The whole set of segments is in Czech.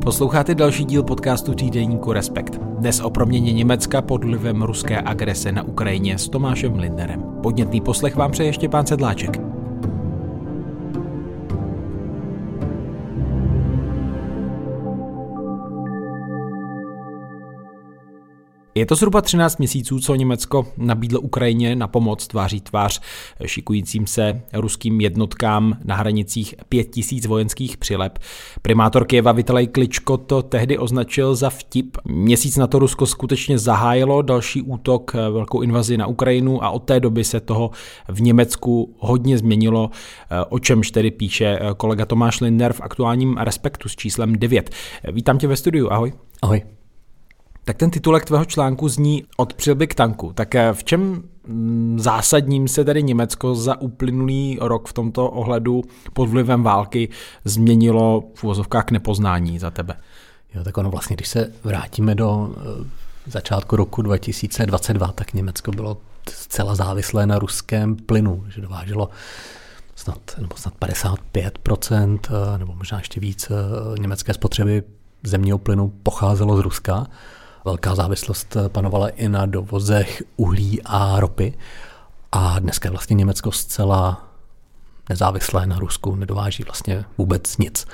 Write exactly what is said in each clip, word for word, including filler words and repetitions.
Posloucháte další díl podcastu týdeníku Respekt. Dnes o proměně Německa pod vlivem ruské agrese na Ukrajině s Tomášem Lindnerem. Podnětný poslech vám přeje Štěpán Sedláček. Je to zhruba třináct měsíců, co Německo nabídlo Ukrajině na pomoc tváří tvář šikujícím se ruským jednotkám na hranicích pět tisíc vojenských přileb. Primátor Kyjeva Vitalij Kličko to tehdy označil za vtip. Měsíc na to Rusko skutečně zahájilo další útok, velkou invazi na Ukrajinu a od té doby se toho v Německu hodně změnilo, o čemž tedy píše kolega Tomáš Lindner v aktuálním Respektu s číslem devět. Vítám tě ve studiu, ahoj. Ahoj. Tak ten titulek tvého článku zní Od přilby k tanku. Tak v čem zásadním se tedy Německo za uplynulý rok v tomto ohledu pod vlivem války změnilo v uvozovkách k nepoznání za tebe? Jo, tak ono vlastně, když se vrátíme do začátku roku dva tisíce dvacet dva, tak Německo bylo zcela závislé na ruském plynu, že dováželo snad, nebo snad padesát pět procent nebo možná ještě víc německé spotřeby zemního plynu pocházelo z Ruska. Velká závislost panovala i na dovozech uhlí a ropy. A dneska je vlastně Německo zcela nezávislé na Rusku, nedováží vlastně vůbec nic.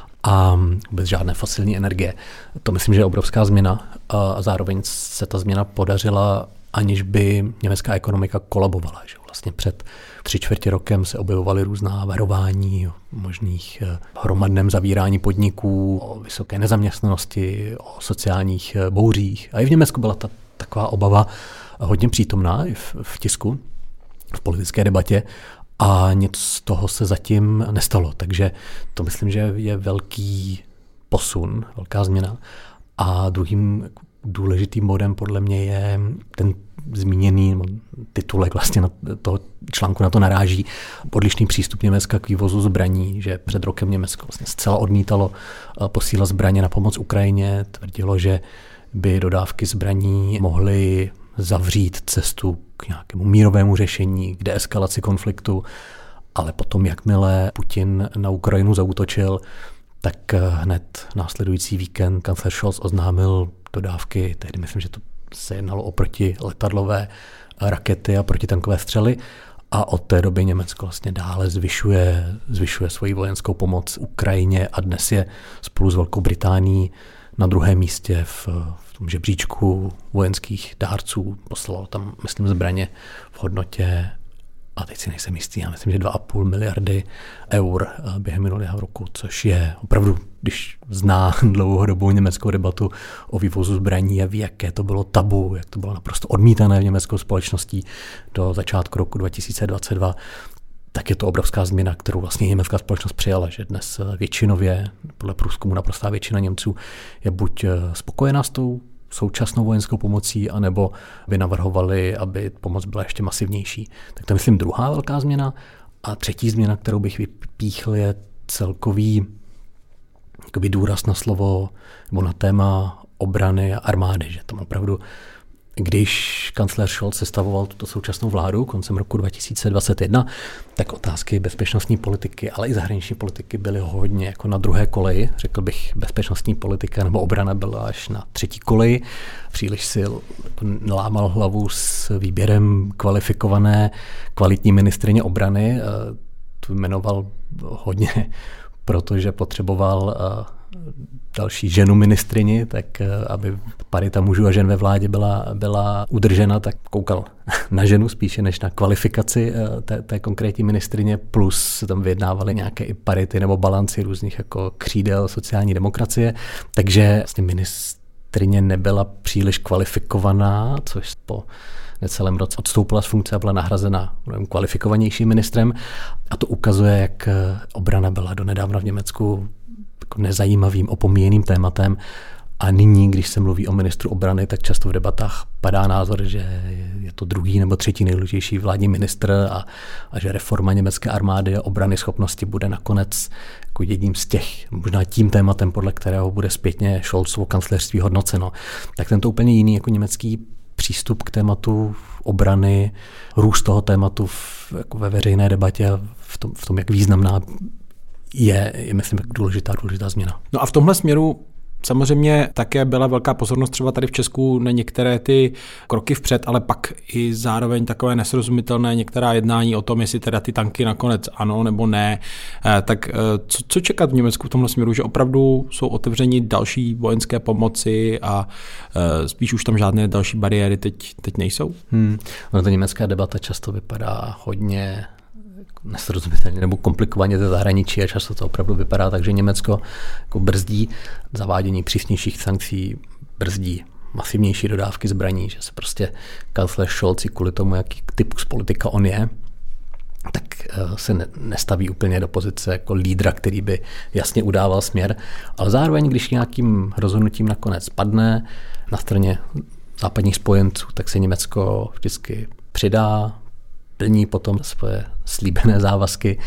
A vůbec žádné fosilní energie. To myslím, že je obrovská změna. A zároveň se ta změna podařila, aniž by německá ekonomika kolabovala. Že vlastně před tři čtvrtě rokem se objevovaly různá varování o možných hromadném zavírání podniků, o vysoké nezaměstnanosti, o sociálních bouřích. A i v Německu byla ta taková obava hodně přítomná i v, v tisku, v politické debatě. A nic z toho se zatím nestalo. Takže to myslím, že je velký posun, velká změna. A druhým důležitým bodem podle mě je ten zmíněný titulek vlastně na toho článku na to naráží, odlišný přístup Německa k vývozu zbraní, že před rokem Německo vlastně zcela odmítalo posílat zbraně na pomoc Ukrajině, tvrdilo, že by dodávky zbraní mohly zavřít cestu k nějakému mírovému řešení, k deeskalaci konfliktu, ale potom, jakmile Putin na Ukrajinu zaútočil, tak hned následující víkend kancléř Scholz oznámil dodávky, tehdy myslím, že to se jednalo o protiletadlové rakety a protitankové střely a od té doby Německo vlastně dále zvyšuje, zvyšuje svoji vojenskou pomoc Ukrajině a dnes je spolu s Velkou Británií na druhém místě v, v tom žebříčku vojenských dárců. Poslalo tam, myslím, zbraně v hodnotě, a teď si nejsem jistý, já myslím, že dva a půl miliardy eur během minulého roku, což je opravdu, když zná dlouhodobou německou debatu o vývozu zbraní a ví, jaké to bylo tabu, jak to bylo naprosto odmítané v německou společností do začátku roku dva tisíce dvacet dva, tak je to obrovská změna, kterou vlastně německá společnost přijala, že dnes většinově, podle průzkumu naprostá většina Němců je buď spokojená s tou současnou vojenskou pomocí, anebo by navrhovali, aby pomoc byla ještě masivnější. Tak to je, myslím, druhá velká změna. A třetí změna, kterou bych vypíchl, je celkový jakoby důraz na slovo nebo na téma obrany a armády, že tam opravdu, když kancléř Scholz sestavoval tuto současnou vládu koncem roku dva tisíce dvacet jedna, tak otázky bezpečnostní politiky, ale i zahraniční politiky byly hodně jako na druhé koleji. Řekl bych, bezpečnostní politika nebo obrana byla až na třetí koleji. Příliš si lámal hlavu s výběrem kvalifikované, kvalitní ministryně obrany. Tu jmenoval hodně, protože potřeboval další ženu ministrini, tak aby parita mužů a žen ve vládě byla, byla udržena, tak koukal na ženu spíše než na kvalifikaci té, té konkrétní ministrině, plus tam vyjednávali nějaké i parity nebo balanci různých jako křídel sociální demokracie, takže vlastně ministrině nebyla příliš kvalifikovaná, což po necelém roce odstoupila z funkce a byla nahrazena kvalifikovanějším ministrem a to ukazuje, jak obrana byla donedávna v Německu jako nezajímavým, opomíjeným tématem. A nyní, když se mluví o ministru obrany, tak často v debatách padá názor, že je to druhý nebo třetí nejdůležitější vládní ministr a, a že reforma německé armády a obrany schopnosti bude nakonec jako jedním z těch, možná tím tématem, podle kterého bude zpětně Scholzovo kancléřství hodnoceno. Tak tento úplně jiný jako německý přístup k tématu obrany, růst toho tématu v, jako ve veřejné debatě a v tom, v tom, jak významná je, je myslím, důležitá, důležitá změna. No a v tomhle směru Samozřejmě také byla velká pozornost třeba tady v Česku na některé ty kroky vpřed, ale pak i zároveň takové nesrozumitelné některá jednání o tom, jestli teda ty tanky nakonec ano nebo ne. Tak co, co čekat v Německu v tomhle směru, že opravdu jsou otevřeni další vojenské pomoci a spíš už tam žádné další bariéry teď, teď nejsou? Hmm. No, ta německá debata často vypadá hodně nesrozumitelně nebo komplikovaně ze zahraničí a často to opravdu vypadá tak, že Německo jako brzdí zavádění přísnějších sankcí, brzdí masivnější dodávky zbraní, že se prostě kancléř Scholz kvůli tomu, jaký typ z politika on je, tak se ne, nestaví úplně do pozice jako lídra, který by jasně udával směr, ale zároveň, když nějakým rozhodnutím nakonec padne na straně západních spojenců, tak se Německo vždycky přidá, plní potom svoje slíbené závazky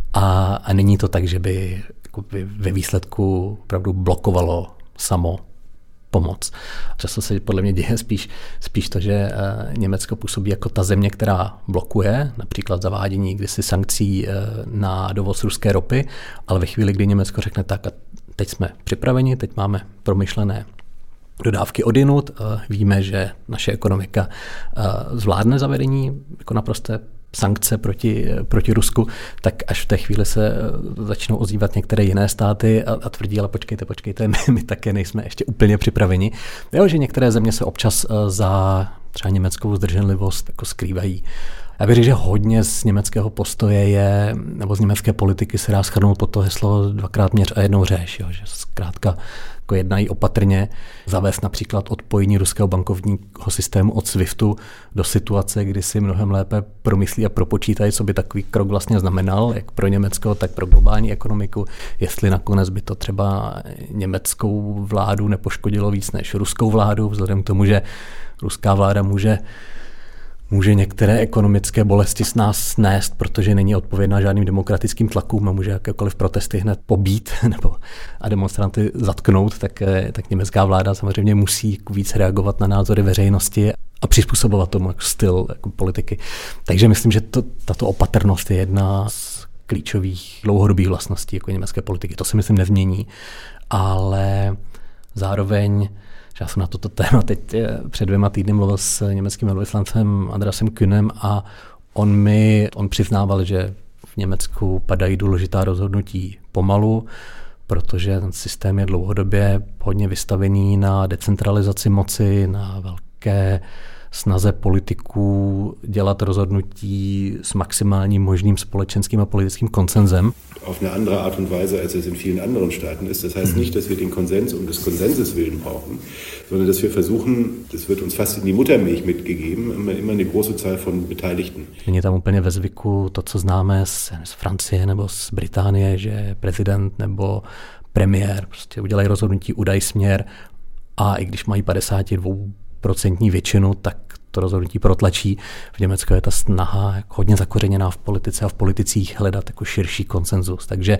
a, a není to tak, že by, jako by ve výsledku opravdu blokovalo samo pomoc. Často se podle mě děje spíš, spíš to, že Německo působí jako ta země, která blokuje, například zavádění kdysi sankcí na dovoz ruské ropy, ale ve chvíli, kdy Německo řekne tak a teď jsme připraveni, teď máme promyšlené dodávky odinut, víme, že naše ekonomika zvládne zavedení jako naprosté sankce proti, proti Rusku, tak až v té chvíli se začnou ozývat některé jiné státy a, a tvrdí, ale počkejte, počkejte, my, my také nejsme ještě úplně připraveni. Jo, že některé země se občas za třeba německou zdrženlivost jako skrývají. Já bych řekl, že hodně z německého postoje je, nebo z německé politiky se dá shrnout pod to heslo dvakrát měř a jednou řeš, jo, že zkrátka jako jednají opatrně, zavést například odpojení ruského bankovního systému od SWIFTu do situace, kdy si mnohem lépe promyslí a propočítají, co by takový krok vlastně znamenal, jak pro Německo, tak pro globální ekonomiku, jestli nakonec by to třeba německou vládu nepoškodilo víc než ruskou vládu, vzhledem k tomu, že ruská vláda může Může některé ekonomické bolesti s nás snést, protože není odpovědná žádným demokratickým tlakům a může jakékoliv protesty hned pobít nebo a demonstranty zatknout, tak, tak německá vláda samozřejmě musí víc reagovat na názory veřejnosti a přizpůsobovat tomu jako styl jako politiky. Takže myslím, že to, tato opatrnost je jedna z klíčových dlouhodobých vlastností jako německé politiky. To si myslím nezmění, ale zároveň já jsem na toto téma teď před dvěma týdny mluvil s německým velvyslancem Andreasem Kühnem a on mi on přiznával, že v Německu padají důležitá rozhodnutí pomalu, protože ten systém je dlouhodobě hodně vystavený na decentralizaci moci, na velké snaze politiků dělat rozhodnutí s maximálním možným společenským a politickým konsenzem. Auf eine andere Art und Weise, als es in vielen anderen Staaten ist. Das heißt nicht, dass wir den Konsens um des Konsenses willen brauchen, sondern dass wir versuchen, das wird uns fast in die Muttermilch mitgegeben, immer, immer eine große Zahl von Beteiligten. Není tam úplně ve zvyku to, co známe z, z Francie nebo z Británie, že prezident nebo premiér prostě udělají rozhodnutí, udají směr a i když mají padesát dva procent většinu, tak to rozhodnutí protlačí. V Německu je ta snaha jako hodně zakořeněná v politice a v politicích hledat jako širší konsenzus. Takže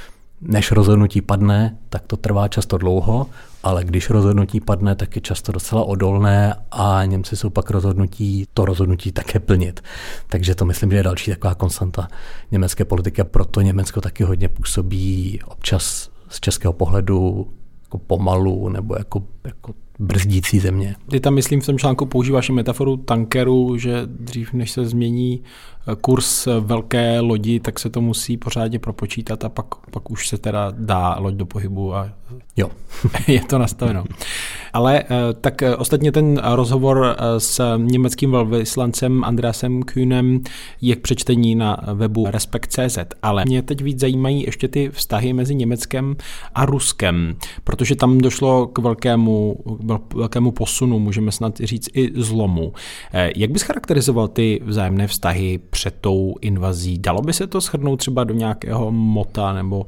než rozhodnutí padne, tak to trvá často dlouho, ale když rozhodnutí padne, tak je často docela odolné a Němci jsou pak rozhodnutí to rozhodnutí také plnit. Takže to myslím, že je další taková konstanta německé politiky a proto Německo taky hodně působí občas z českého pohledu jako pomalu nebo jako, jako brzdící země. Ty tam, myslím, v tom článku používáš metaforu tankeru, že dřív, než se změní kurz velké lodi, tak se to musí pořádně propočítat a pak, pak už se teda dá loď do pohybu a jo. je to nastaveno. Ale tak ostatně ten rozhovor s německým velvyslancem Andreasem Kühnem je k přečtení na webu respekt tečka cé zet, ale mě teď víc zajímají ještě ty vztahy mezi Německem a Ruskem, protože tam došlo k velkému, velkému posunu, můžeme snad říct i zlomu. Jak bys charakterizoval ty vzájemné vztahy před tou invazí? Dalo by se to shrnout třeba do nějakého mota nebo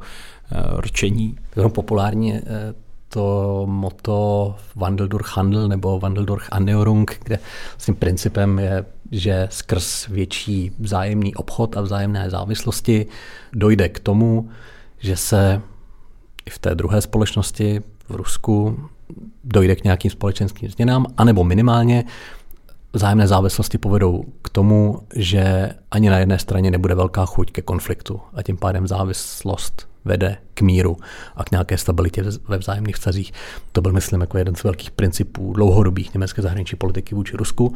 rčení? To populární to motto Wandel durch Handel nebo Wandel durch Annäherung, kde vlastně principem je, že skrz větší vzájemný obchod a vzájemné závislosti dojde k tomu, že se i v té druhé společnosti v Rusku dojde k nějakým společenským změnám, anebo minimálně vzájemné závislosti povedou k tomu, že ani na jedné straně nebude velká chuť ke konfliktu a tím pádem závislost vede k míru a k nějaké stabilitě ve vzájemných vztazích. To byl, myslím, jako jeden z velkých principů dlouhodobých německé zahraniční politiky vůči Rusku.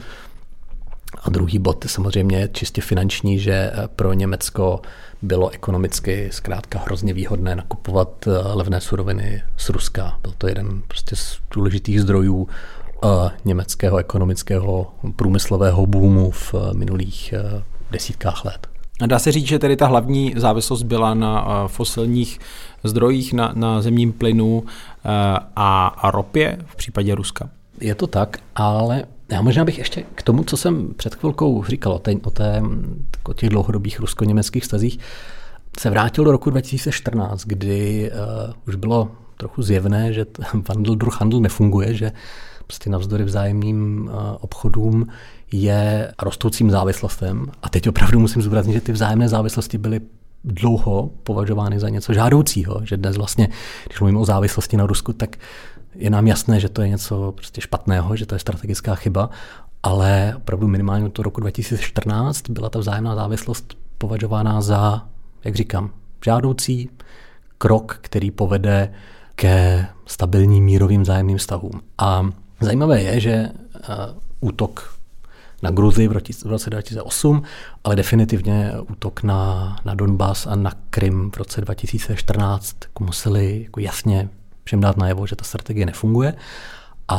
A druhý bod je samozřejmě čistě finanční, že pro Německo bylo ekonomicky zkrátka hrozně výhodné nakupovat levné suroviny z Ruska. Byl to jeden prostě z důležitých zdrojů německého ekonomického průmyslového boomu v minulých desítkách let. A dá se říct, že tedy ta hlavní závislost byla na fosilních zdrojích, na, na zemním plynu a, a ropě v případě Ruska? Je to tak, ale já možná bych ještě k tomu, co jsem před chvilkou říkal o, té, o, té, o těch dlouhodobých rusko-německých vztazích, se vrátil do roku dva tisíce čtrnáct, kdy uh, už bylo trochu zjevné, že Wandel-Druh-Handel nefunguje, že prostě navzdory vzájemným uh, obchodům je rostoucím závislostem. A teď opravdu musím zdůraznit, že ty vzájemné závislosti byly dlouho považovány za něco žádoucího, že dnes vlastně, když mluvíme o závislosti na Rusku, tak je nám jasné, že to je něco prostě špatného, že to je strategická chyba, ale opravdu minimálně od roku dva tisíce čtrnáct byla ta vzájemná závislost považována za, jak říkám, žádoucí krok, který povede ke stabilním mírovým vzájemným vztahům. A zajímavé je, že uh, útok na Gruzii v roce dva tisíce osm, ale definitivně útok na, na Donbas a na Krym v roce dva tisíce čtrnáct museli jako jasně všem dát najevo, že ta strategie nefunguje. A,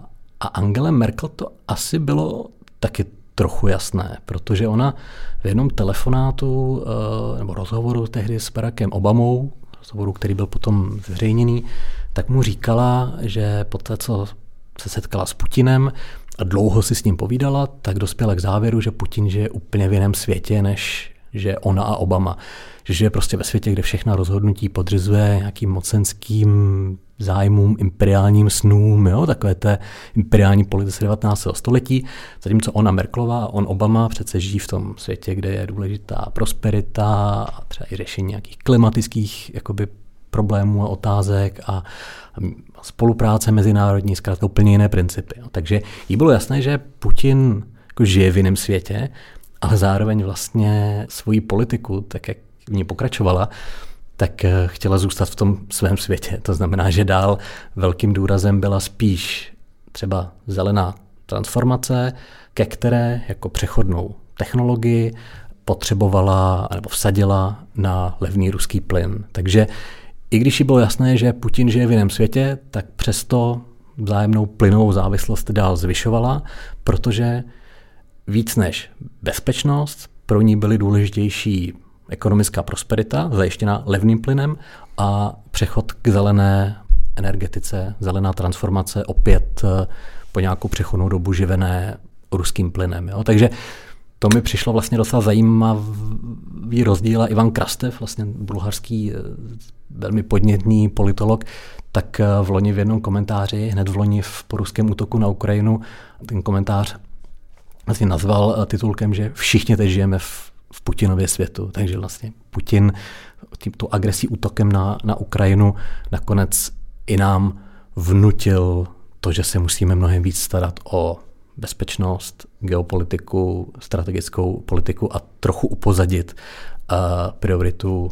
a Angele Merkel to asi bylo taky trochu jasné, protože ona v jednom telefonátu nebo rozhovoru tehdy s Barackem Obamou, rozhovoru, který byl potom zveřejněný, tak mu říkala, že poté, co se setkala s Putinem a dlouho si s ním povídala, tak dospěla k závěru, že Putin žije úplně v jiném světě, než že ona a Obama. Že žije prostě ve světě, kde všechna rozhodnutí podřizuje nějakým mocenským zájmům, imperiálním snům, jo? Takové té imperiální politice devatenáctého století. Zatímco ona Merkelová a on Obama přece žijí v tom světě, kde je důležitá prosperita a třeba i řešení nějakých klimatických jakoby, problémů a otázek a spolupráce mezinárodní, zkrátka úplně jiné principy. Jo? Takže jí bylo jasné, že Putin jako žije v jiném světě, ale zároveň vlastně svoji politiku, tak jak v ní pokračovala, tak chtěla zůstat v tom svém světě. To znamená, že dál velkým důrazem byla spíš třeba zelená transformace, ke které jako přechodnou technologii potřebovala nebo vsadila na levný ruský plyn. Takže i když jí bylo jasné, že Putin žije v jiném světě, tak přesto vzájemnou plynovou závislost dál zvyšovala, protože víc než bezpečnost pro ní byly důležitější ekonomická prosperita, zajištěná levným plynem a přechod k zelené energetice, zelená transformace opět po nějakou přechodnou dobu živené ruským plynem. Jo? Takže to mi přišlo vlastně docela zajímavý rozdíl. A Ivan Krastev, vlastně bulharský velmi podnětný politolog, tak v loni v jednom komentáři, hned v loni v po ruském útoku na Ukrajinu, ten komentář vlastně nazval titulkem, že všichni teď žijeme v, v Putinově světu. Takže vlastně Putin tímto agresí útokem na, na Ukrajinu nakonec i nám vnutil to, že se musíme mnohem víc starat o bezpečnost, geopolitiku, strategickou politiku a trochu upozadit uh, prioritu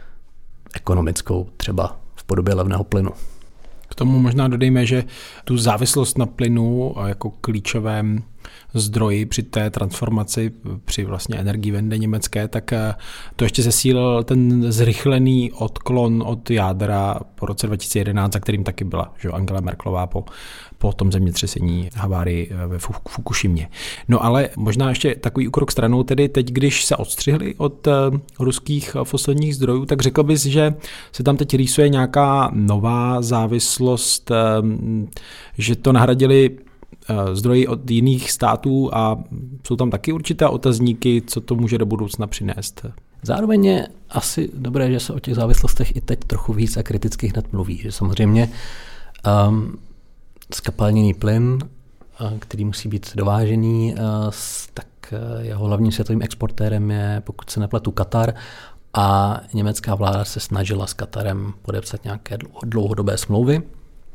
ekonomickou, třeba v podobě levného plynu. K tomu možná dodejme, že tu závislost na plynu jako klíčovém zdroji při té transformaci, při vlastně energiewende německé, tak to ještě zesílil ten zrychlený odklon od jádra po roce dva tisíce jedenáct, za kterým taky byla, že Angela Merkelová po, po tom zemětřesení havárii ve Fukušimě. No ale možná ještě takový úkrok stranou, tedy teď, když se odstřihli od ruských fosilních zdrojů, tak řekl bys, že se tam teď rýsuje nějaká nová závislost, že to nahradili zdroji od jiných států a jsou tam taky určité otazníky, co to může do budoucna přinést. Zároveň je asi dobré, že se o těch závislostech i teď trochu víc a kriticky hned mluví. Že samozřejmě um, skapalněný plyn, který musí být dovážený, uh, tak jeho hlavním světovým exportérem je, pokud se nepletu, Katar, a německá vláda se snažila s Katarem podepsat nějaké dlouhodobé smlouvy,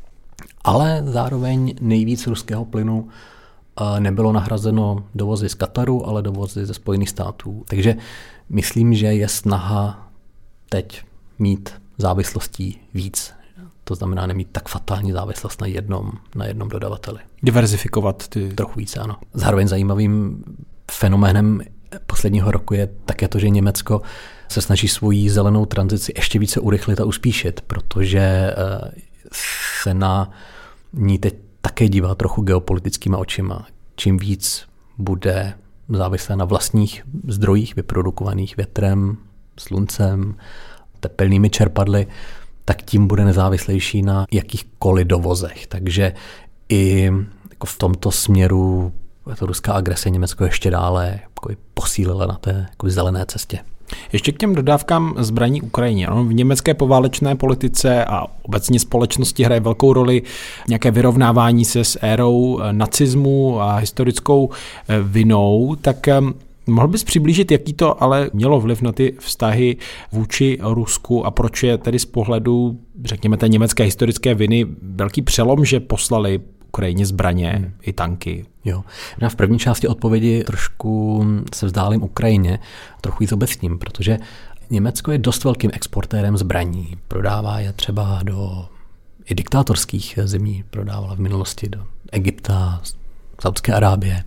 ale zároveň nejvíc ruského plynu nebylo nahrazeno dovozy z Kataru, ale dovozy ze Spojených států. Takže myslím, že je snaha teď mít závislostí víc. To znamená nemít tak fatální závislost na jednom, na jednom dodavateli. Diverzifikovat ty... Trochu víc, ano. Zároveň zajímavým fenoménem posledního roku je také to, že Německo se snaží svoji zelenou tranzici ještě více urychlit a uspíšit, protože se na ní teď také dívá trochu geopolitickýma očima. Čím víc bude závislé na vlastních zdrojích vyprodukovaných větrem, sluncem, tepelnými čerpadly, tak tím bude nezávislejší na jakýchkoliv dovozech. Takže i jako v tomto směru to ruská agrese Německo ještě dále jako posílila na té jako zelené cestě. Ještě k těm dodávkám zbraní Ukrajině. V německé poválečné politice a obecně společnosti hraje velkou roli nějaké vyrovnávání se s érou nacismu a historickou vinou. Tak mohl bys přiblížit, jaký to ale mělo vliv na ty vztahy vůči Rusku a proč je tedy z pohledu, řekněme, té německé historické viny velký přelom, že poslali Ukrajině zbraně hmm. i tanky? Jo. V první části odpovědi trošku se vzdálím Ukrajině, trochu jí zobecním, protože Německo je dost velkým exportérem zbraní. Prodává je třeba do i diktátorských zemí, prodávala v minulosti do Egypta, Saudské Arábie,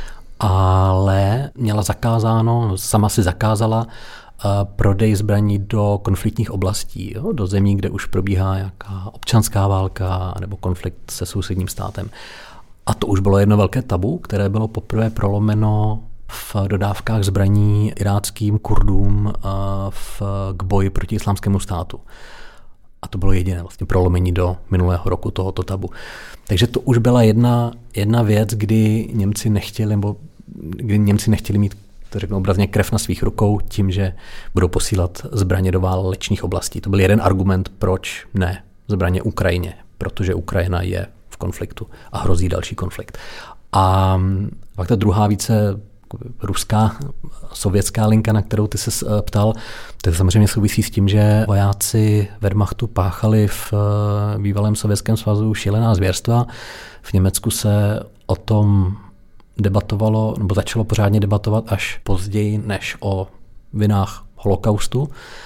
ale měla zakázáno, sama si zakázala prodej zbraní do konfliktních oblastí, jo, do zemí, kde už probíhá nějaká občanská válka nebo konflikt se sousedním státem. A to už bylo jedno velké tabu, které bylo poprvé prolomeno v dodávkách zbraní iráckým Kurdům v, k boji proti islámskému státu. A to bylo jediné vlastně prolomení do minulého roku tohoto tabu. Takže to už byla jedna, jedna věc, kdy Němci nechtěli, nebo kdy Němci nechtěli mít, to řeknu obrazně, krev na svých rukou tím, že budou posílat zbraně do válečných oblastí. To byl jeden argument, proč ne zbraně Ukrajině, protože Ukrajina je v konfliktu a hrozí další konflikt. A pak ta druhá více ruská, sovětská linka, na kterou ty se ptal, tak samozřejmě souvisí s tím, že vojáci Wehrmachtu páchali v bývalém Sovětském svazu šílená zvěrstva. V Německu se o tom debatovalo, nebo začalo pořádně debatovat až později než o vinách holokaustu.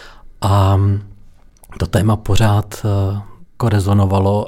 A to téma pořád jako rezonovalo,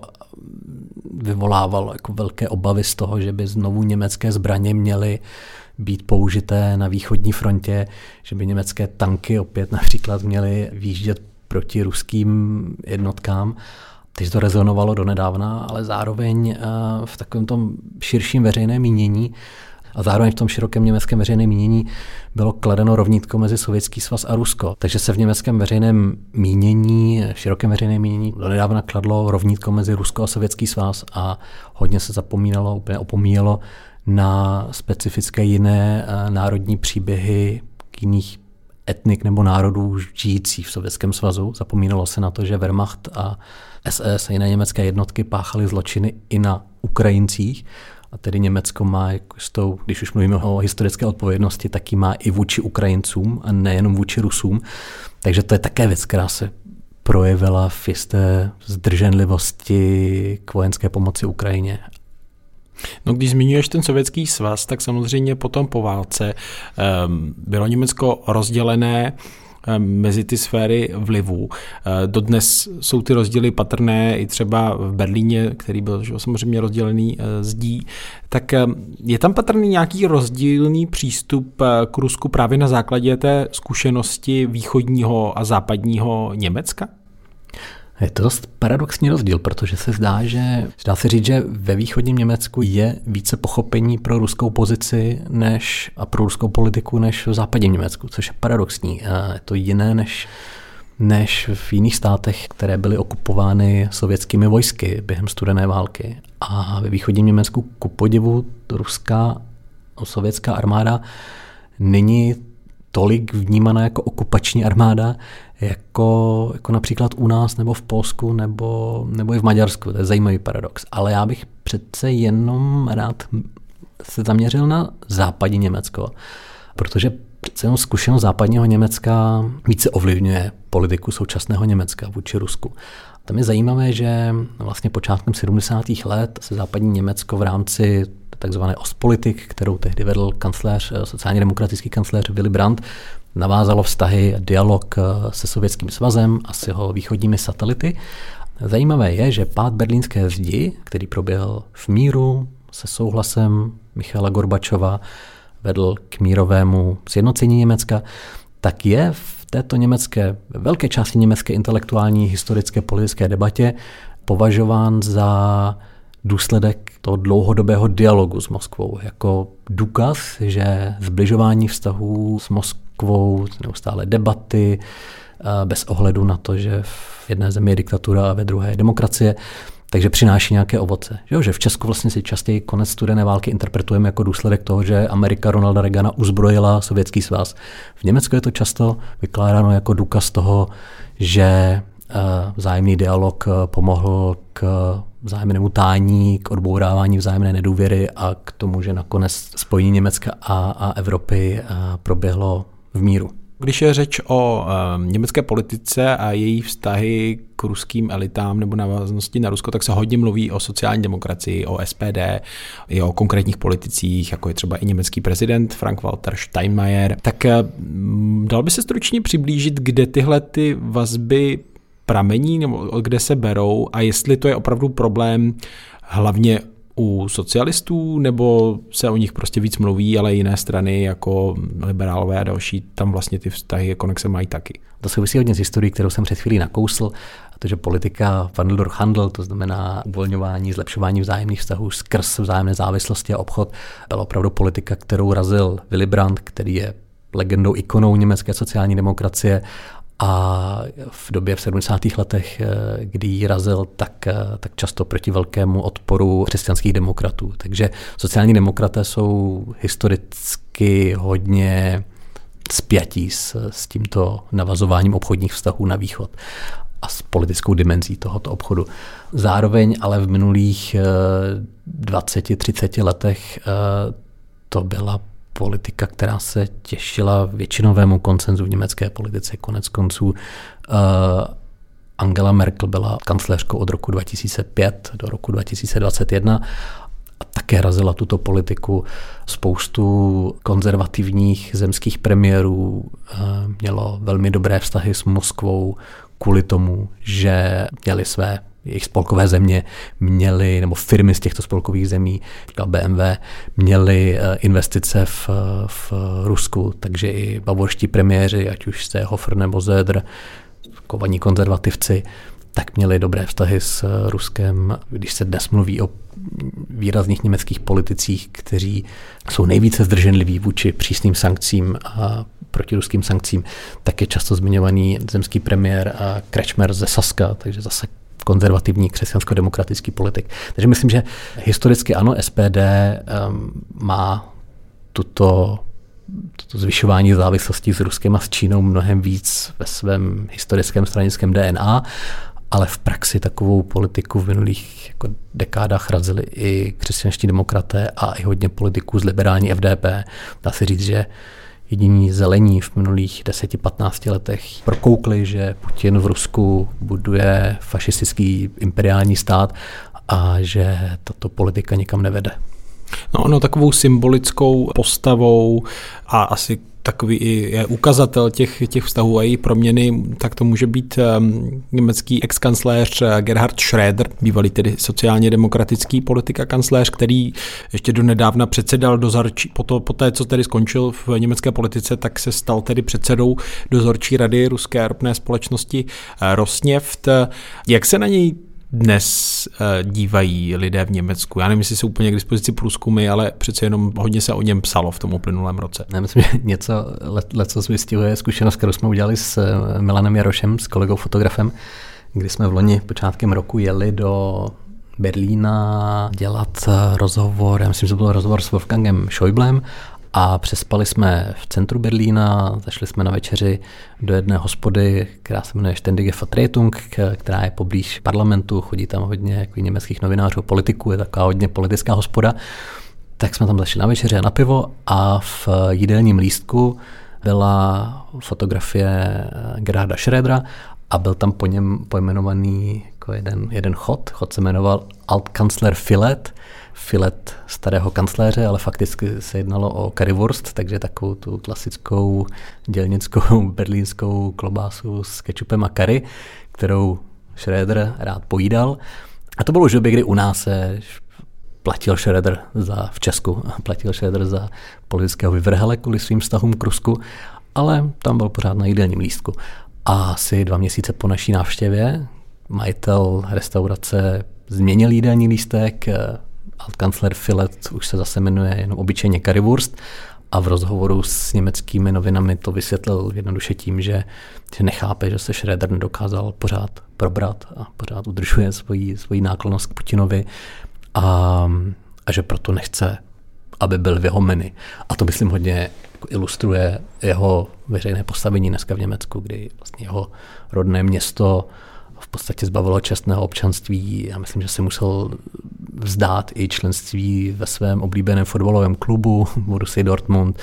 vyvolávalo jako velké obavy z toho, že by znovu německé zbraně měly být použité na východní frontě, že by německé tanky opět například měly výjíždět proti ruským jednotkám. Takže to rezonovalo donedávna, ale zároveň v takovém tom širším veřejném mínění a zároveň v tom širokém německém veřejném mínění bylo kladeno rovnítko mezi Sovětský svaz a Rusko. Takže se v německém veřejném mínění, v širokém veřejném mínění donedávna kladlo rovnítko mezi Rusko a Sovětský svaz a hodně se zapomínalo, úplně opomíjelo na specifické jiné národní příběhy jiných etnik nebo národů žijících v Sovětském svazu. Zapomínalo se na to, že Wehrmacht a S S a jiné německé jednotky páchaly zločiny i na Ukrajincích. A tedy Německo má, když už mluvíme o historické odpovědnosti, taky má i vůči Ukrajincům a nejenom vůči Rusům. Takže to je také věc, která se projevila v jisté zdrženlivosti k vojenské pomoci Ukrajině. No, když zmiňuješ ten Sovětský svaz, tak samozřejmě potom po válce um, bylo Německo rozdělené um, mezi ty sféry vlivů. Uh, dodnes jsou ty rozdíly patrné i třeba v Berlíně, který byl že, samozřejmě rozdělený uh, zdí. Tak um, je tam patrný nějaký rozdílný přístup uh, k Rusku právě na základě té zkušenosti východního a západního Německa? Je to dost paradoxní rozdíl, protože se zdá, že dá se říct, že ve východním Německu je více pochopení pro ruskou pozici než, a pro ruskou politiku než v západním Německu, což je paradoxní. Je to jiné než, než v jiných státech, které byly okupovány sovětskými vojsky během studené války. A ve východním Německu ku podivu ruská sovětská armáda není tolik vnímaná jako okupační armáda, jako, jako například u nás, nebo v Polsku, nebo, nebo i v Maďarsku. To je zajímavý paradox. Ale já bych přece jenom rád se zaměřil na západní Německo, protože přece jenom zkušenost západního Německa více ovlivňuje politiku současného Německa vůči Rusku. Tam je zajímavé, že vlastně počátkem sedmdesátých let se západní Německo v rámci takzvané Ostpolitik, kterou tehdy vedl kancléř, sociálně demokratický kancléř Willy Brandt, navázalo vztahy, dialog se Sovětským svazem a s jeho východními satelity. Zajímavé je, že pád berlínské zdi, který proběhl v míru se souhlasem Michaila Gorbačova, vedl k mírovému sjednocení Německa, tak je v této německé, velké části německé intelektuální, historické, politické debatě považován za důsledek toho dlouhodobého dialogu s Moskvou, jako důkaz, že zbližování vztahů s Moskvou, neustále debaty, bez ohledu na to, že v jedné zemi je diktatura a ve druhé je demokracie, takže přináší nějaké ovoce. Že, že v Česku vlastně si častěji konec studené války interpretujeme jako důsledek toho, že Amerika Ronalda Reagana uzbrojila Sovětský svaz. V Německu je to často vykládáno jako důkaz toho, že vzájemný dialog pomohl k vzájemnému tání, k odbourávání vzájemné nedůvěry a k tomu, že nakonec spojení Německa a, a Evropy proběhlo v míru. Když je řeč o e, německé politice a její vztahy k ruským elitám nebo návaznosti na Rusko, tak se hodně mluví o sociální demokracii, o S P D, i o konkrétních politicích, jako je třeba i německý prezident Frank-Walter Steinmeier. Tak e, dal by se stručně přiblížit, kde tyhle ty vazby pramení nebo kde se berou a jestli to je opravdu problém hlavně u socialistů, nebo se o nich prostě víc mluví, ale jiné strany jako liberálové a další, tam vlastně ty vztahy konexe mají taky. To souvisí hodně s historií, kterou jsem před chvílí nakousl, a to, že politika Wandel durch Handel, to znamená uvolňování, zlepšování vzájemných vztahů skrz vzájemné závislosti a obchod, byla opravdu politika, kterou razil Willy Brandt, který je legendou, ikonou německé sociální demokracie. A v době v sedmdesátých letech, kdy ji razil, tak, tak často proti velkému odporu křesťanských demokratů. Takže sociální demokraté jsou historicky hodně spjatí s, s tímto navazováním obchodních vztahů na východ a s politickou dimenzí tohoto obchodu. Zároveň ale v minulých dvaceti třiceti letech to byla politika, která se těšila většinovému konsenzu v německé politice. Konec konců uh, Angela Merkel byla kancléřkou od roku dva tisíce pět do roku dva tisíce dvacet jedna a také razila tuto politiku. Spoustu konzervativních zemských premiérů uh, mělo velmi dobré vztahy s Moskvou kvůli tomu, že měli své jejich spolkové země měly, nebo firmy z těchto spolkových zemí, B M W, měly investice v, v Rusku, takže i bavorští premiéři, ať už Seehofer nebo Söder, kovaní konzervativci, tak měli dobré vztahy s Ruskem. Když se dnes mluví o výrazných německých politicích, kteří jsou nejvíce zdrženliví vůči přísným sankcím a protiruským sankcím, tak je často zmiňovaný zemský premiér a Kretschmer ze Saska, takže zase konzervativní křesťansko-demokratický politik. Takže myslím, že historicky ano, S P D um, má tuto, tuto zvyšování závislosti s Ruskem a s Čínou mnohem víc ve svém historickém stranickém D N A, ale v praxi takovou politiku v minulých jako dekádách razili i křesťanští demokraté a i hodně politiků z liberální F D P. Dá se říct, že jediní zelení v minulých deseti patnácti letech prokoukli, že Putin v Rusku buduje fašistický imperiální stát a že tato politika nikam nevede. No ono takovou symbolickou postavou a asi takový i je ukazatel těch, těch vztahů a její proměny, tak to může být um, německý ex-kancléř Gerhard Schröder, bývalý tedy sociálně demokratický politik a kancléř, který ještě donedávna předsedal dozorčí, po, to, po té, co tedy skončil v německé politice, tak se stal tedy předsedou dozorčí rady ruské ropné společnosti Rosneft. Jak se na něj dnes uh, dívají lidé v Německu? Já nevím, jestli jsou úplně k dispozici průzkumy, ale přece jenom hodně se o něm psalo v tom uplynulém roce. Já myslím, že něco, let, let co vystihuje zkušenost, kterou jsme udělali s Milanem Jarošem, s kolegou fotografem, kdy jsme v loni počátkem roku jeli do Berlína dělat rozhovor, já myslím, že to byl rozhovor s Wolfgangem Schäublem, a přespali jsme v centru Berlína, zašli jsme na večeři do jedné hospody, která se jmenuje Ständige Vertretung, která je poblíž parlamentu, chodí tam hodně jako německých novinářů, politiků, je taková hodně politická hospoda. Tak jsme tam zašli na večeři a na pivo a v jídelním lístku byla fotografie Gerharda Schrödera a byl tam po něm pojmenovaný jako jeden, jeden chod. Chod se jmenoval Altkanzler Filet, filet starého kancléře, ale fakticky se jednalo o currywurst, takže takovou tu klasickou dělnickou berlínskou klobásu s kečupem a curry, kterou Schröder rád pojídal. A to bylo už v době, kdy u nás se platil Schröder za, v Česku, platil Schröder za politického vyvrhele kvůli svým vztahům k Rusku, ale tam byl pořád na jídelním lístku. A asi dva měsíce po naší návštěvě majitel restaurace změnil jídelní lístek, Altkanzler Filet už se zase jmenuje jenom obyčejně currywurst a v rozhovoru s německými novinami to vysvětlil jednoduše tím, že, že nechápe, že se Schröder nedokázal pořád probrat a pořád udržuje svoji, svoji náklonnost k Putinovi a, a že proto nechce, aby byl v jeho menu. A to myslím hodně ilustruje jeho veřejné postavení dneska v Německu, kdy vlastně jeho rodné město v podstatě zbavilo čestného občanství. Já myslím, že se musel vzdát i členství ve svém oblíbeném fotbalovém klubu Borussia Dortmund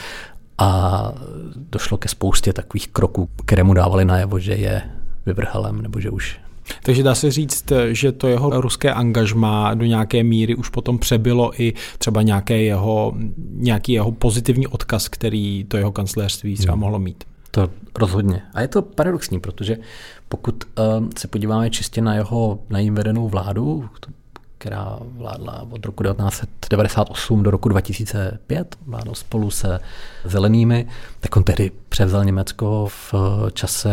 a došlo ke spoustě takových kroků, které mu dávali najevo, že je vyvrhelem nebo že už. Takže dá se říct, že to jeho ruské angažmá do nějaké míry už potom přebylo i třeba nějaké jeho, nějaký jeho pozitivní odkaz, který to jeho kancléřství třeba mohlo mít. To rozhodně. A je to paradoxní, protože pokud uh, se podíváme čistě na jeho na jím vedenou vládu, která vládla od roku devatenáct set devadesát osm do roku dva tisíce pět, vládl spolu se zelenými, tak on tehdy převzal Německo v čase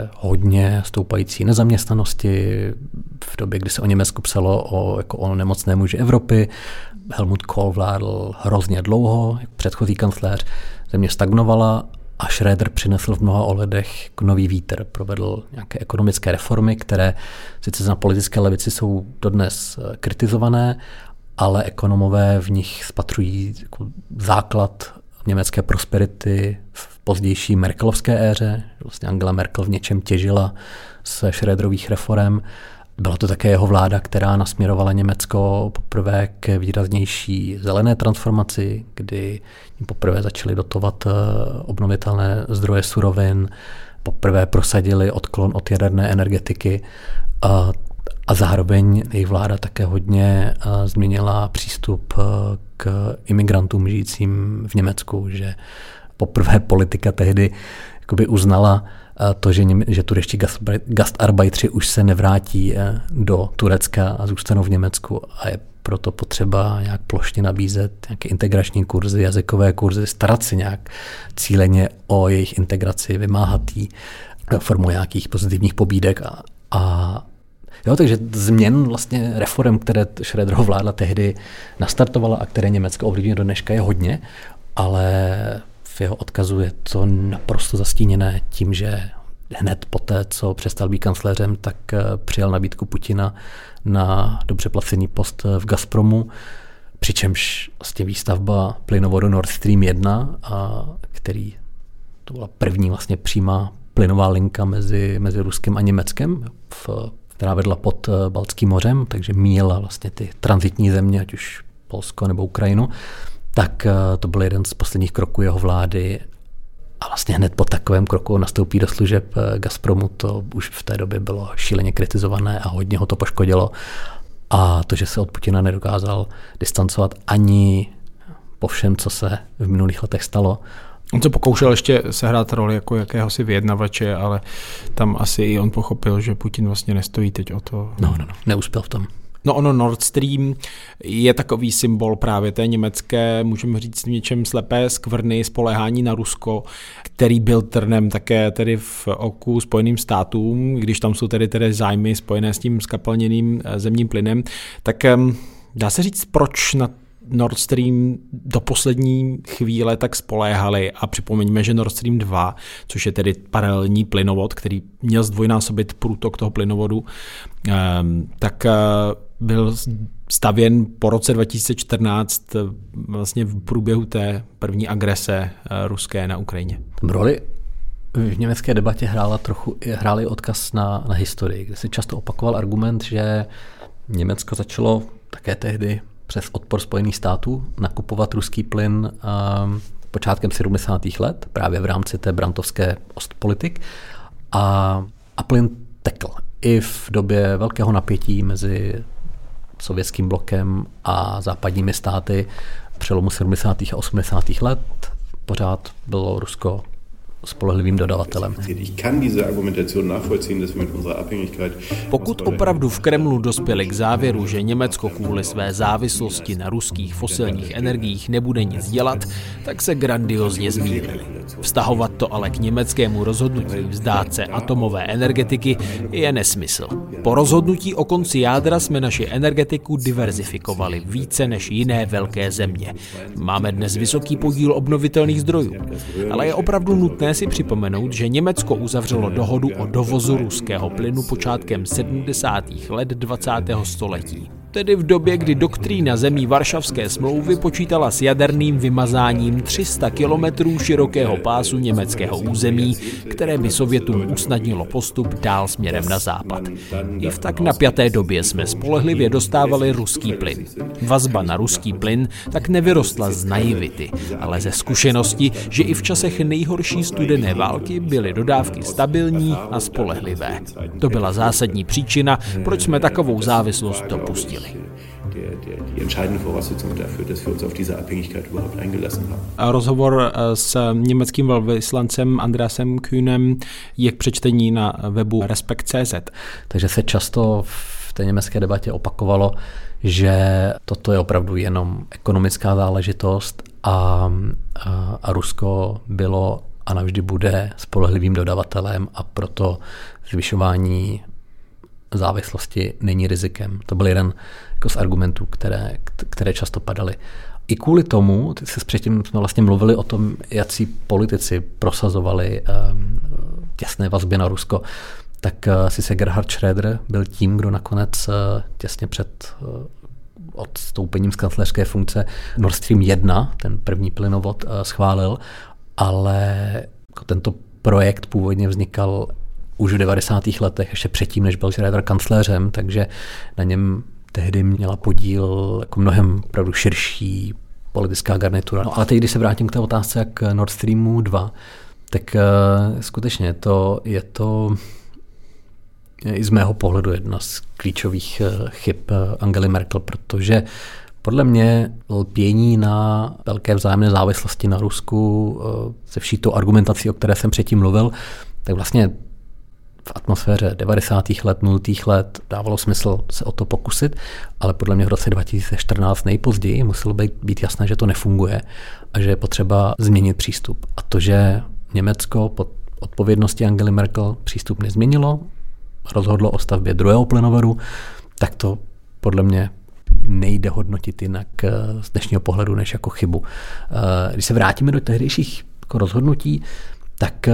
hodně stoupající nezaměstnanosti, v době, kdy se o Německu psalo o, jako o nemocné muži Evropy. Helmut Kohl vládl hrozně dlouho, jako předchozí kancléř, země stagnovala a Schröder přinesl v mnoha ohledech nový vítr. Provedl nějaké ekonomické reformy, které sice na politické levici jsou dodnes kritizované, ale ekonomové v nich spatřují jako základ německé prosperity v pozdější merkelovské éře. Vlastně Angela Merkel v něčem těžila z Schröderových reform. Byla to také jeho vláda, která nasměrovala Německo poprvé k výraznější zelené transformaci, kdy poprvé začali dotovat obnovitelné zdroje surovin, poprvé prosadili odklon od jaderné energetiky a, a zároveň jejich vláda také hodně změnila přístup k imigrantům žijícím v Německu, že poprvé politika tehdy jakoby uznala to, že, že turečtí gastarbeitři už se nevrátí do Turecka a zůstanou v Německu a je proto potřeba nějak plošně nabízet nějaké integrační kurzy, jazykové kurzy, starat se nějak cíleně o jejich integraci, vymáhat jí formou nějakých pozitivních pobídek a, a jo, takže změn vlastně reform, které Schröderova vláda tehdy nastartovala a které Německo ovlivňuje do dneška je hodně, ale v jeho odkazu je to naprosto zastíněné tím, že hned poté, co přestal být kancléřem, tak přijal nabídku Putina na dobře placený post v Gazpromu, přičemž vlastně výstavba plynovodu Nord Stream jedna, a který to byla první vlastně přímá plynová linka mezi, mezi Ruskem a Německem, v, která vedla pod Baltským mořem, takže míjela vlastně ty tranzitní země, ať už Polsko nebo Ukrajinu, tak to byl jeden z posledních kroků jeho vlády a vlastně hned po takovém kroku nastoupí do služeb Gazpromu. To už v té době bylo šíleně kritizované a hodně ho to poškodilo. A to, že se od Putina nedokázal distancovat ani po všem, co se v minulých letech stalo. On se pokoušel ještě sehrát roli jako jakéhosi vyjednavače, ale tam asi i on pochopil, že Putin vlastně nestojí teď o to. No, no, no, neuspěl v tom. No ono Nord Stream je takový symbol právě té německé, můžeme říct v něčem slepé skvrny, spoléhání na Rusko, který byl trnem také tedy v oku Spojeným státům, když tam jsou tedy, tedy zájmy spojené s tím skapalněným zemním plynem, tak dá se říct, proč na Nord Stream do poslední chvíle tak spoléhali a připomeňme, že Nord Stream dva, což je tedy paralelní plynovod, který měl zdvojnásobit průtok toho plynovodu, tak byl stavěn po roce dva tisíce čtrnáct vlastně v průběhu té první agrese ruské na Ukrajině. Roli v německé debatě hrála trochu, hráli odkaz na, na historii, kde se často opakoval argument, že Německo začalo také tehdy přes odpor Spojených států nakupovat ruský plyn počátkem sedmdesátých let, právě v rámci té brandtovské ostpolitik. A, a plyn tekl i v době velkého napětí mezi sovětským blokem a západními státy přelomu sedmdesátých a osmdesátých let pořád bylo Rusko spolehlivým dodavatelem. Pokud opravdu v Kremlu dospěli k závěru, že Německo kvůli své závislosti na ruských fosilních energiích nebude nic dělat, tak se grandiozně zmýlili. Vztahovat to ale k německému rozhodnutí vzdát se atomové energetiky je nesmysl. Po rozhodnutí o konci jádra jsme naši energetiku diverzifikovali více než jiné velké země. Máme dnes vysoký podíl obnovitelných zdrojů, ale je opravdu nutné si připomenout, že Německo uzavřelo dohodu o dovozu ruského plynu počátkem sedmdesátých let dvacátého století. Tedy v době, kdy doktrína zemí Varšavské smlouvy počítala s jaderným vymazáním tři sta kilometrů širokého pásu německého území, které by Sovětům usnadnilo postup dál směrem na západ. I v tak napjaté době jsme spolehlivě dostávali ruský plyn. Vazba na ruský plyn tak nevyrostla z naivity, ale ze zkušenosti, že i v časech nejhorší studené války byly dodávky stabilní a spolehlivé. To byla zásadní příčina, proč jsme takovou závislost dopustili. Rozhovor s německým velvyslancem Andreasem Kühnem je k přečtení na webu respekt tečka cé zet. Takže se často v té německé debatě opakovalo, že toto je opravdu jenom ekonomická záležitost a, a, a Rusko bylo a navždy bude spolehlivým dodavatelem a proto zvyšování závislosti není rizikem. To byl jeden jako z argumentů, které, které často padaly. I kvůli tomu, se předtím jsme vlastně mluvili o tom, jací politici prosazovali um, těsné vazby na Rusko, tak uh, sice Gerhard Schröder byl tím, kdo nakonec uh, těsně před uh, odstoupením z kancléřské funkce Nord Stream jedna, ten první plynovod, uh, schválil, ale jako tento projekt původně vznikal už v devadesátých letech, ještě předtím, než byl Schröder kancléřem, takže na něm tehdy měla podíl jako mnohem opravdu širší politická garnitura. No ale teď, když se vrátím k té otázce jak Nord Streamu dva, tak uh, skutečně to, je to i z mého pohledu jedna z klíčových uh, chyb uh, Angely Merkel, protože podle mě lpění na velké vzájemné závislosti na Rusku uh, se vší tou argumentací, o které jsem předtím mluvil, tak vlastně v atmosféře devadesátých let, nultých let dávalo smysl se o to pokusit, ale podle mě v roce dva tisíce čtrnáct nejpozději muselo být, být jasné, že to nefunguje a že je potřeba změnit přístup. A to, že Německo pod odpovědností Angely Merkel přístup nezměnilo, rozhodlo o stavbě druhého plynovodu, tak to podle mě nejde hodnotit jinak z dnešního pohledu než jako chybu. Když se vrátíme do tehdejších rozhodnutí, tak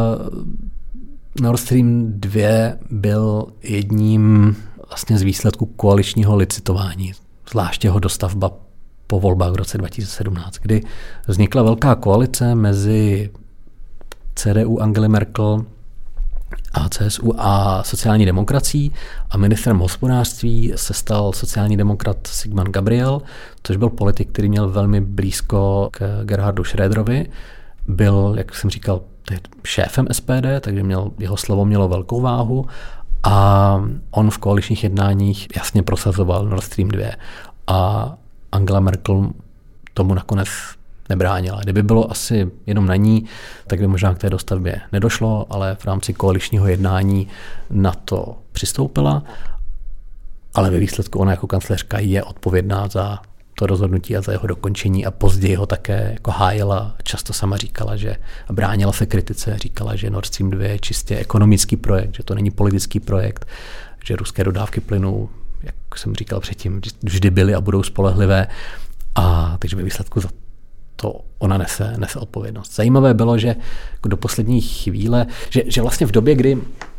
Nord Stream dva byl jedním vlastně z výsledků koaličního licitování, zvláště jeho dostavba po volbách v roce dva tisíce sedmnáct, kdy vznikla velká koalice mezi C D U Angely Merkel a C S U a sociální demokracií a ministrem hospodářství se stal sociální demokrat Sigmar Gabriel, což byl politik, který měl velmi blízko k Gerhardu Schröderovi, byl, jak jsem říkal, šéfem S P D, takže měl, jeho slovo mělo velkou váhu a on v koaličních jednáních jasně prosazoval Nord Stream dva a Angela Merkel tomu nakonec nebránila. Kdyby bylo asi jenom na ní, tak by možná k té dostavbě nedošlo, ale v rámci koaličního jednání na to přistoupila, ale ve výsledku ona jako kancléřka je odpovědná za to rozhodnutí a za jeho dokončení a později ho také jako hájila. Často sama říkala, že bránila se kritice, říkala, že Nord Stream dva je čistě ekonomický projekt, že to není politický projekt, že ruské dodávky plynu, jak jsem říkal předtím, vždy byly a budou spolehlivé a takže ve výsledku za to ona nese, nese odpovědnost. Zajímavé bylo, že do poslední chvíle, že, že vlastně v době, kdy,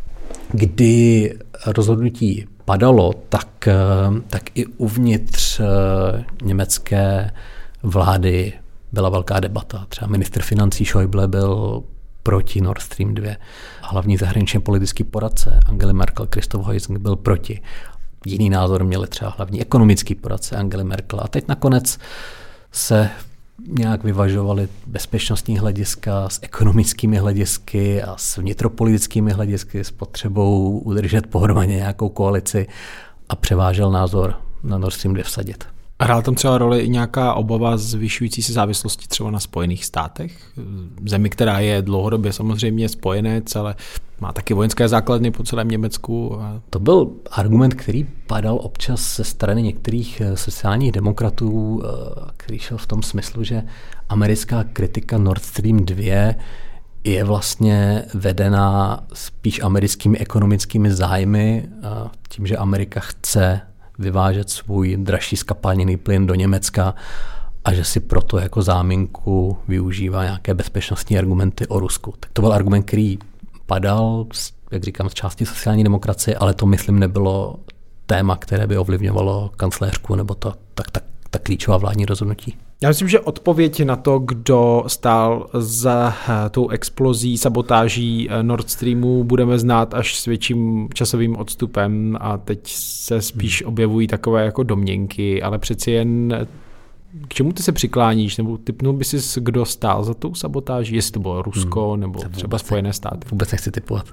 kdy rozhodnutí padalo, tak, tak i uvnitř německé vlády byla velká debata. Třeba ministr financí Schäuble byl proti Nord Stream dva. Hlavní zahraničně politický poradce Angely Merkel, Christoph Heusing, byl proti. Jiný názor měli třeba hlavní ekonomický poradce Angely Merkel. A teď nakonec se nějak vyvažovali bezpečnostní hlediska s ekonomickými hledisky a s vnitropolitickými hledisky, s potřebou udržet pohromadě nějakou koalici a převážel názor na Nord Stream dva vsadit. Hrál tam třeba roli i nějaká obava zvyšující se závislosti třeba na Spojených státech? Zemi, která je dlouhodobě samozřejmě spojenec, ale má taky vojenské základny po celém Německu. To byl argument, který padal občas ze strany některých sociálních demokratů, který šel v tom smyslu, že americká kritika Nord Stream dva je vlastně vedená spíš americkými ekonomickými zájmy, tím, že Amerika chce vyvážet svůj dražší skapalněný plyn do Německa a že si proto jako záminku využívá nějaké bezpečnostní argumenty o Rusku. Tak to byl argument, který padal, jak říkám, z části sociální demokracie, ale to, myslím, nebylo téma, které by ovlivňovalo kancléřku nebo to, tak, tak, tak klíčová vládní rozhodnutí. Já myslím, že odpověď na to, kdo stál za tou explozí, sabotáží Nord Streamu, budeme znát až s větším časovým odstupem a teď se spíš objevují takové jako domněnky, ale přeci jen k čemu ty se přikláníš, nebo tipnul by si, kdo stál za tou sabotáží, jestli to bylo Rusko hmm, nebo třeba Spojené státy? Vůbec nechci tipovat.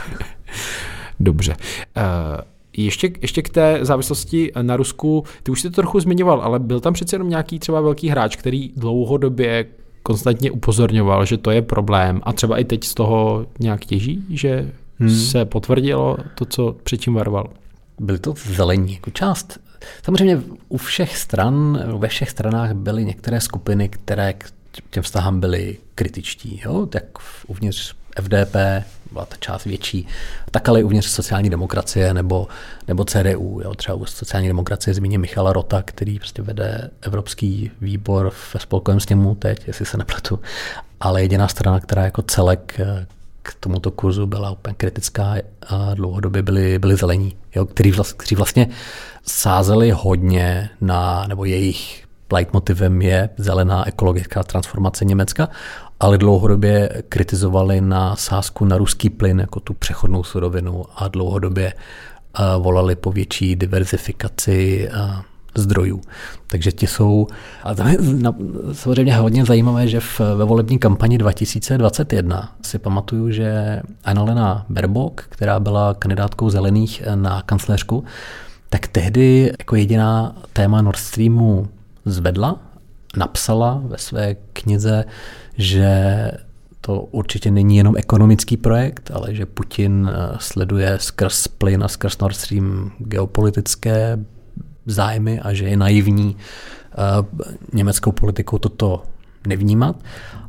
Dobře. Uh, Ještě, ještě k té závislosti na Rusku, ty už jsi to trochu zmiňoval, ale byl tam přece jenom nějaký třeba velký hráč, který dlouhodobě konstantně upozorňoval, že to je problém a třeba i teď z toho nějak těží, že hmm. se potvrdilo to, co předtím varoval. Byly to zelení, jako část. Samozřejmě u všech stran, ve všech stranách byly některé skupiny, které k těm vztahám byly kritičtí, jo? Tak uvnitř F D P byla ta část větší, tak ale i uvnitř sociální demokracie nebo, nebo C D U. Jo? Třeba u sociální demokracie zmíním Michala Rota, který prostě vede Evropský výbor ve spolkovém sněmu teď, jestli se nepletu, ale jediná strana, která jako celek k tomuto kurzu byla úplně kritická a dlouhodobě byli, byli zelení, jo? Kteří, vlast, kteří vlastně sázeli hodně na, nebo jejich leitmotivem je zelená ekologická transformace Německa, ale dlouhodobě kritizovali na sázku na ruský plyn jako tu přechodnou surovinu a dlouhodobě uh, volali po větší diverzifikaci uh, zdrojů. Takže ti jsou, a to je samozřejmě hodně zajímavé, že v, ve volební kampani dva tisíce dvacet jedna si pamatuju, že Annalena Baerbock, která byla kandidátkou zelených na kancléřku, tak tehdy jako jediná téma Nord Streamu zvedla, napsala ve své knize, že to určitě není jenom ekonomický projekt, ale že Putin sleduje skrz plyn a skrz Nord Stream geopolitické zájmy a že je naivní německou politikou toto nevnímat.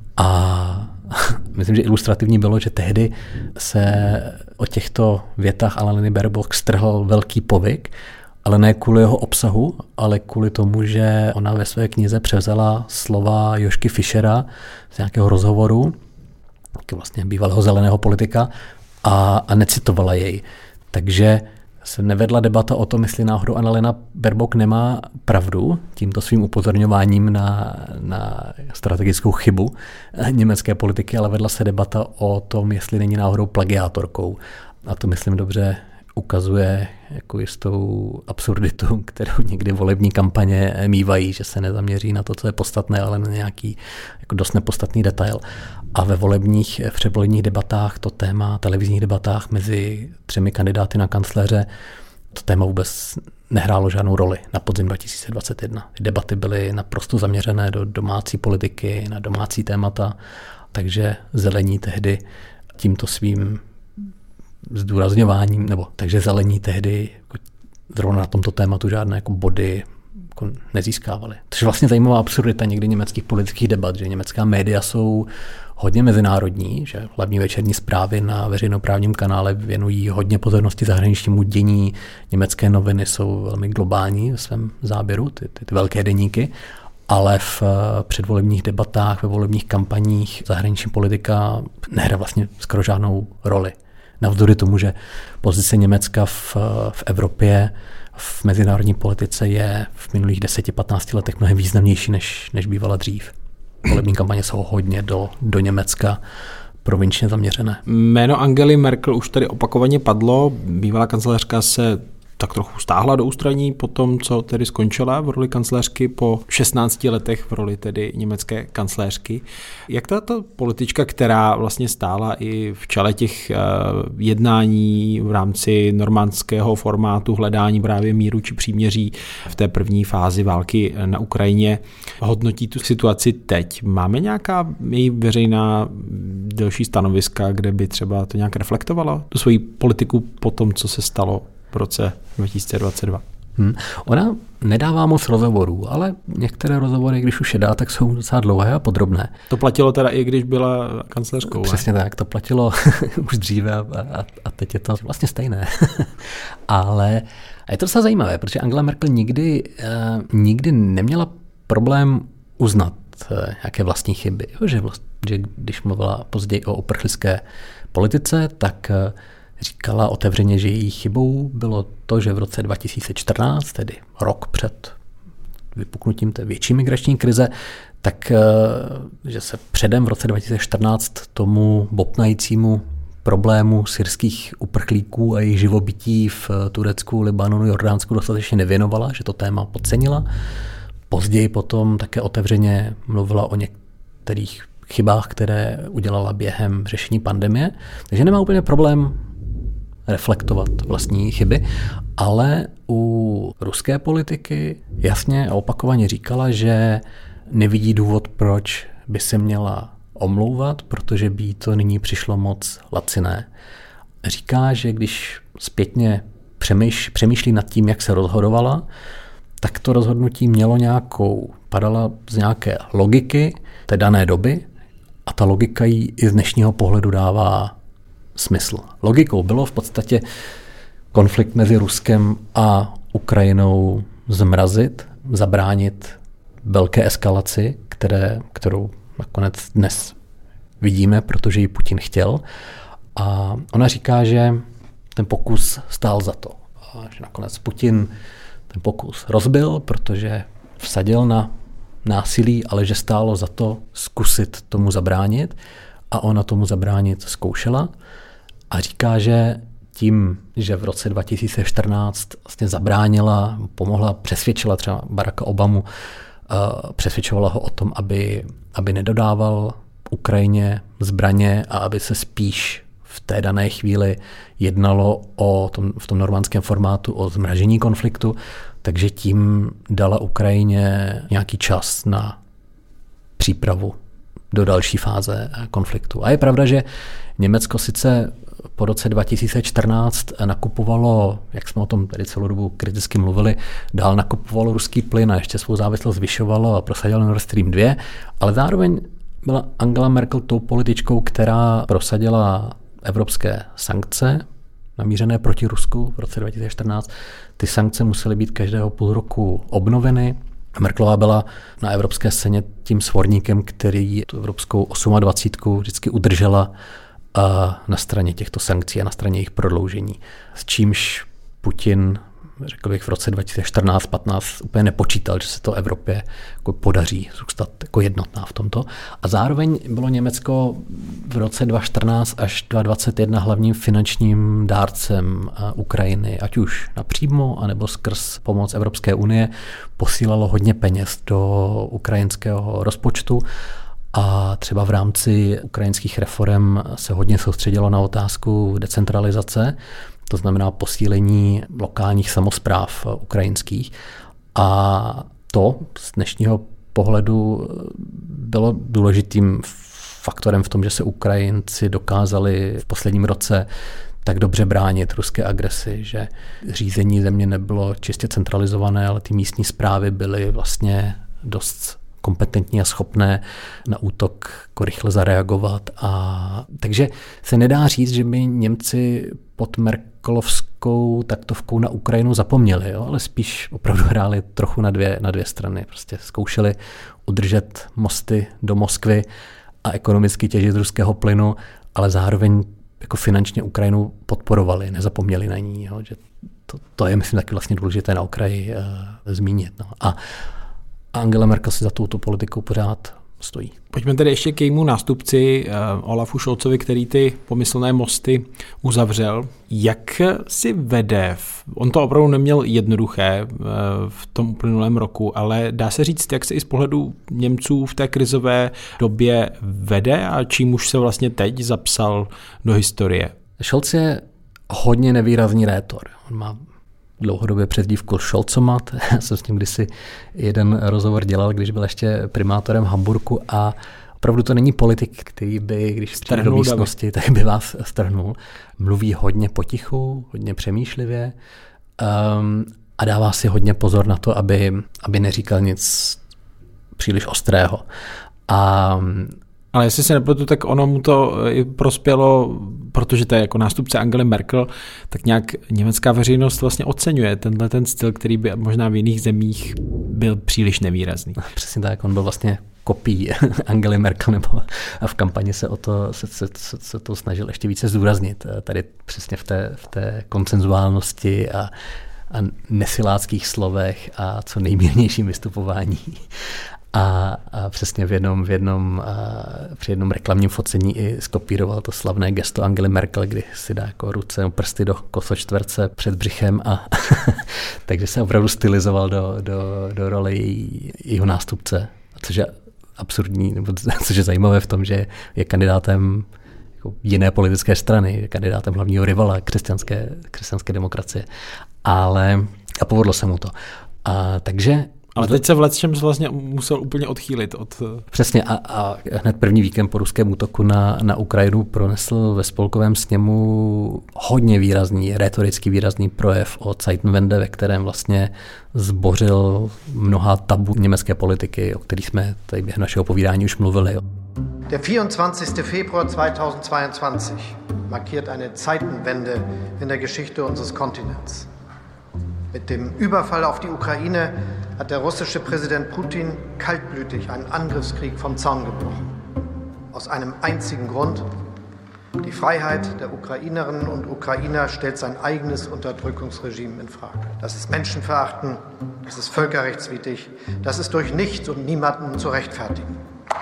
A myslím, že ilustrativní bylo, že tehdy se o těchto větách Annaleny Baerbock strhl velký povyk, ale ne kvůli jeho obsahu, ale kvůli tomu, že ona ve své knize převzala slova Jošky Fischera z nějakého rozhovoru, vlastně bývalého zeleného politika, a, a necitovala jej. Takže se nevedla debata o tom, jestli náhodou Annalena Baerbock nemá pravdu tímto svým upozorňováním na, na strategickou chybu německé politiky, ale vedla se debata o tom, jestli není náhodou plagiátorkou. A to myslím dobře ukazuje jako jistou absurditu, kterou někdy volební kampaně mívají, že se nezaměří na to, co je podstatné, ale na nějaký jako dost nepodstatný detail. A ve volebních, v předvolebních debatách to téma, televizních debatách mezi třemi kandidáty na kancléře, to téma vůbec nehrálo žádnou roli na podzim dva tisíce dvacet jedna. Debaty byly naprosto zaměřené do domácí politiky, na domácí témata, takže zelení tehdy tímto svým zdůrazňováním, nebo takže zelení tehdy jako zrovna na tomto tématu žádné jako body jako nezískávali. To je vlastně zajímavá absurdita někdy německých politických debat, že německá média jsou hodně mezinárodní, že hlavní večerní zprávy na veřejnoprávním kanále věnují hodně pozornosti zahraničnímu dění, německé noviny jsou velmi globální ve svém záběru, ty, ty, ty velké deníky, ale v předvolebních debatách, ve volebních kampaních zahraniční politika nehraje vlastně skoro žádnou roli. Navzdory tomu, že pozice Německa v, v Evropě, v mezinárodní politice je v minulých deseti patnácti letech mnohem významnější, než, než bývala dřív. Volební kampaně jsou hodně do, do Německa provinčně zaměřené. Jméno Angely Merkel už tady opakovaně padlo. Bývalá kancelářka se tak trochu stáhla do ústraní po tom, co tedy skončila v roli kancléřky po šestnácti letech v roli tedy německé kancléřky. Jak tato politička, která vlastně stála i v čele těch jednání v rámci normandského formátu hledání právě míru či příměří v té první fázi války na Ukrajině, hodnotí tu situaci teď? Máme nějaká její veřejná delší stanoviska, kde by třeba to nějak reflektovala, tu svoji politiku po tom, co se stalo v roce dva tisíce dvacet dva? Hmm. Ona nedává moc rozhovorů, ale některé rozhovory, když už je dá, tak jsou docela dlouhé a podrobné. To platilo teda i když byla kancléřkou. Přesně ne? tak, to platilo už dříve a, a, a teď je to vlastně stejné. Ale je to docela zajímavé, protože Angela Merkel nikdy, uh, nikdy neměla problém uznat uh, nějaké vlastní chyby. Jo, že, vlast, že když mluvila později o uprchlické politice, tak uh, říkala otevřeně, že její chybou bylo to, že v roce dva tisíce čtrnáct, tedy rok před vypuknutím té větší migrační krize, tak že se předem v roce dva tisíce čtrnáct tomu bobtnajícímu problému syrských uprchlíků a jejich živobytí v Turecku, Libanonu, Jordánsku dostatečně nevěnovala, že to téma podcenila. Později potom také otevřeně mluvila o některých chybách, které udělala během řešení pandemie, takže nemá úplně problém reflektovat vlastní chyby, ale u ruské politiky jasně a opakovaně říkala, že nevidí důvod, proč by se měla omlouvat, protože by jí to nyní přišlo moc laciné. Říká, že když zpětně přemýšlí, přemýšlí nad tím, jak se rozhodovala, tak to rozhodnutí mělo nějakou, padala z nějaké logiky té dané doby a ta logika jí i z dnešního pohledu dává smysl. Logikou bylo v podstatě konflikt mezi Ruskem a Ukrajinou zmrazit, zabránit velké eskalaci, které, kterou nakonec dnes vidíme, protože ji Putin chtěl. A ona říká, že ten pokus stál za to. A že nakonec Putin ten pokus rozbil, protože vsadil na násilí, ale že stálo za to zkusit tomu zabránit a ona tomu zabránit zkoušela. A říká, že tím, že v roce dva tisíce čtrnáct vlastně zabránila, pomohla, přesvědčila třeba Baracka Obamu, uh, přesvědčovala ho o tom, aby, aby nedodával Ukrajině zbraně a aby se spíš v té dané chvíli jednalo o tom, v tom normandském formátu o zmražení konfliktu, takže tím dala Ukrajině nějaký čas na přípravu do další fáze konfliktu. A je pravda, že Německo sice po roce dva tisíce čtrnáct nakupovalo, jak jsme o tom tady celou dobu kriticky mluvili, dál nakupovalo ruský plyn a ještě svou závislost zvyšovalo a prosadilo Nord Stream dva, ale zároveň byla Angela Merkel tou političkou, která prosadila evropské sankce namířené proti Rusku v roce dva tisíce čtrnáct. Ty sankce musely být každého půl roku obnoveny. Merkelová byla na evropské scéně tím svorníkem, který tu evropskou dvacítku osm vždycky udržela na straně těchto sankcí a na straně jejich prodloužení. S čímž Putin, řekl bych, v roce dva tisíce čtrnáct patnáct úplně nepočítal, že se to Evropě jako podaří zůstat jako jednotná v tomto. A zároveň bylo Německo v roce dva tisíce čtrnáct až dva tisíce dvacet jedna hlavním finančním dárcem Ukrajiny, ať už napřímo, anebo skrz pomoc Evropské unie, posílalo hodně peněz do ukrajinského rozpočtu. A třeba v rámci ukrajinských reforem se hodně soustředilo na otázku decentralizace, to znamená posílení lokálních samospráv ukrajinských. A to z dnešního pohledu bylo důležitým faktorem v tom, že se Ukrajinci dokázali v posledním roce tak dobře bránit ruské agresi, že řízení země nebylo čistě centralizované, ale ty místní správy byly vlastně dost kompetentní a schopné na útok jako rychle zareagovat. A takže se nedá říct, že by Němci pod merkelovskou taktovkou na Ukrajinu zapomněli, jo? Ale spíš opravdu hráli trochu na dvě, na dvě strany. Prostě zkoušeli udržet mosty do Moskvy a ekonomicky těžit z ruského plynu, ale zároveň jako finančně Ukrajinu podporovali, nezapomněli na ní. Jo? Že to, to je, myslím, taky vlastně důležité na okraji uh, zmínit. No. A Angela Merkel si za touto politikou pořád stojí. Pojďme tedy ještě k jejímu nástupci uh, Olafu Scholzovi, který ty pomyslné mosty uzavřel. Jak si vede? On to opravdu neměl jednoduché uh, v tom uplynulém roku, ale dá se říct, jak se i z pohledu Němců v té krizové době vede a čím už se vlastně teď zapsal do historie? Scholz je hodně nevýrazný rétor. On má dlouhodobě přezdívku Scholzomat. Já jsem s ním kdysi jeden rozhovor dělal, když byl ještě primátorem Hamburku a opravdu to není politik, který by, když přijde do místnosti, tak by vás strhnul. Mluví hodně potichu, hodně přemýšlivě um, a dává si hodně pozor na to, aby, aby neříkal nic příliš ostrého. A ale jestli se nepletu, tak ono mu to i prospělo, protože to je jako nástupce Angely Merkel, tak nějak německá veřejnost vlastně oceňuje tenhle ten styl, který by možná v jiných zemích byl příliš nevýrazný. Přesně tak, on byl vlastně kopií Angely Merkel, nebo v kampani se o to, se, se, se, se to snažil ještě více zdůraznit. Tady přesně v té, v té konsenzuálnosti a, a nesiláckých slovech a co nejmírnějším vystupování. A, a přesně v jednom, v jednom, a při jednom reklamním focení i skopíroval to slavné gesto Angely Merkel, kdy si dá jako ruce nebo prsty do kosočtverce před břichem a takže se opravdu stylizoval do, do, do role její, jejího nástupce, což je absurdní, nebo což je zajímavé v tom, že je kandidátem jako jiné politické strany, je kandidátem hlavního rivala křesťanské, křesťanské demokracie. Ale a povedlo se mu to. A, takže ale teď se v lecčem vlastně musel úplně odchýlit od... Přesně a, a hned první víkend po ruském útoku na, na Ukrajinu pronesl ve spolkovém sněmu hodně výrazný, rétoricky výrazný projev o Zeitenwende, ve kterém vlastně zbořil mnoha tabu německé politiky, o kterých jsme tady během našeho povídání už mluvili. Der vierundzwanzigste Februar zweitausendzweiundzwanzig markiert eine Zeitenwende in der Geschichte unseres Kontinents. Mit dem Überfall auf die Ukraine hat der russische Präsident Putin kaltblütig einen Angriffskrieg vom Zaun gebrochen. Aus einem einzigen Grund: die Freiheit der Ukrainerinnen und Ukrainer stellt sein eigenes Unterdrückungsregime in Frage. Das ist menschenverachtend, das ist völkerrechtswidrig, das ist durch nichts und niemanden zu rechtfertigen.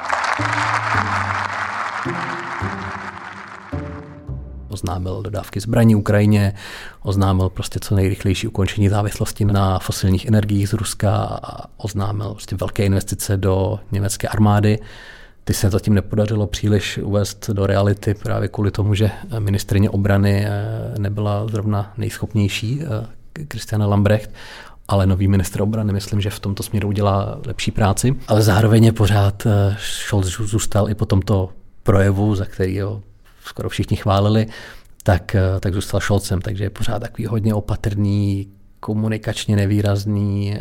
Oznámil dodávky zbraní Ukrajině, oznámil prostě co nejrychlejší ukončení závislosti na fosilních energiích z Ruska a oznámil prostě velké investice do německé armády. Ty se zatím nepodařilo příliš uvést do reality právě kvůli tomu, že ministryně obrany nebyla zrovna nejschopnější, Christiane Lambrecht, ale nový ministr obrany, myslím, že v tomto směru udělá lepší práci. Ale zároveň je pořád Scholz zůstal i po tomto projevu, za který ho skoro všichni chválili, tak, tak zůstal Scholzem, takže je pořád takový hodně opatrný, komunikačně nevýrazný.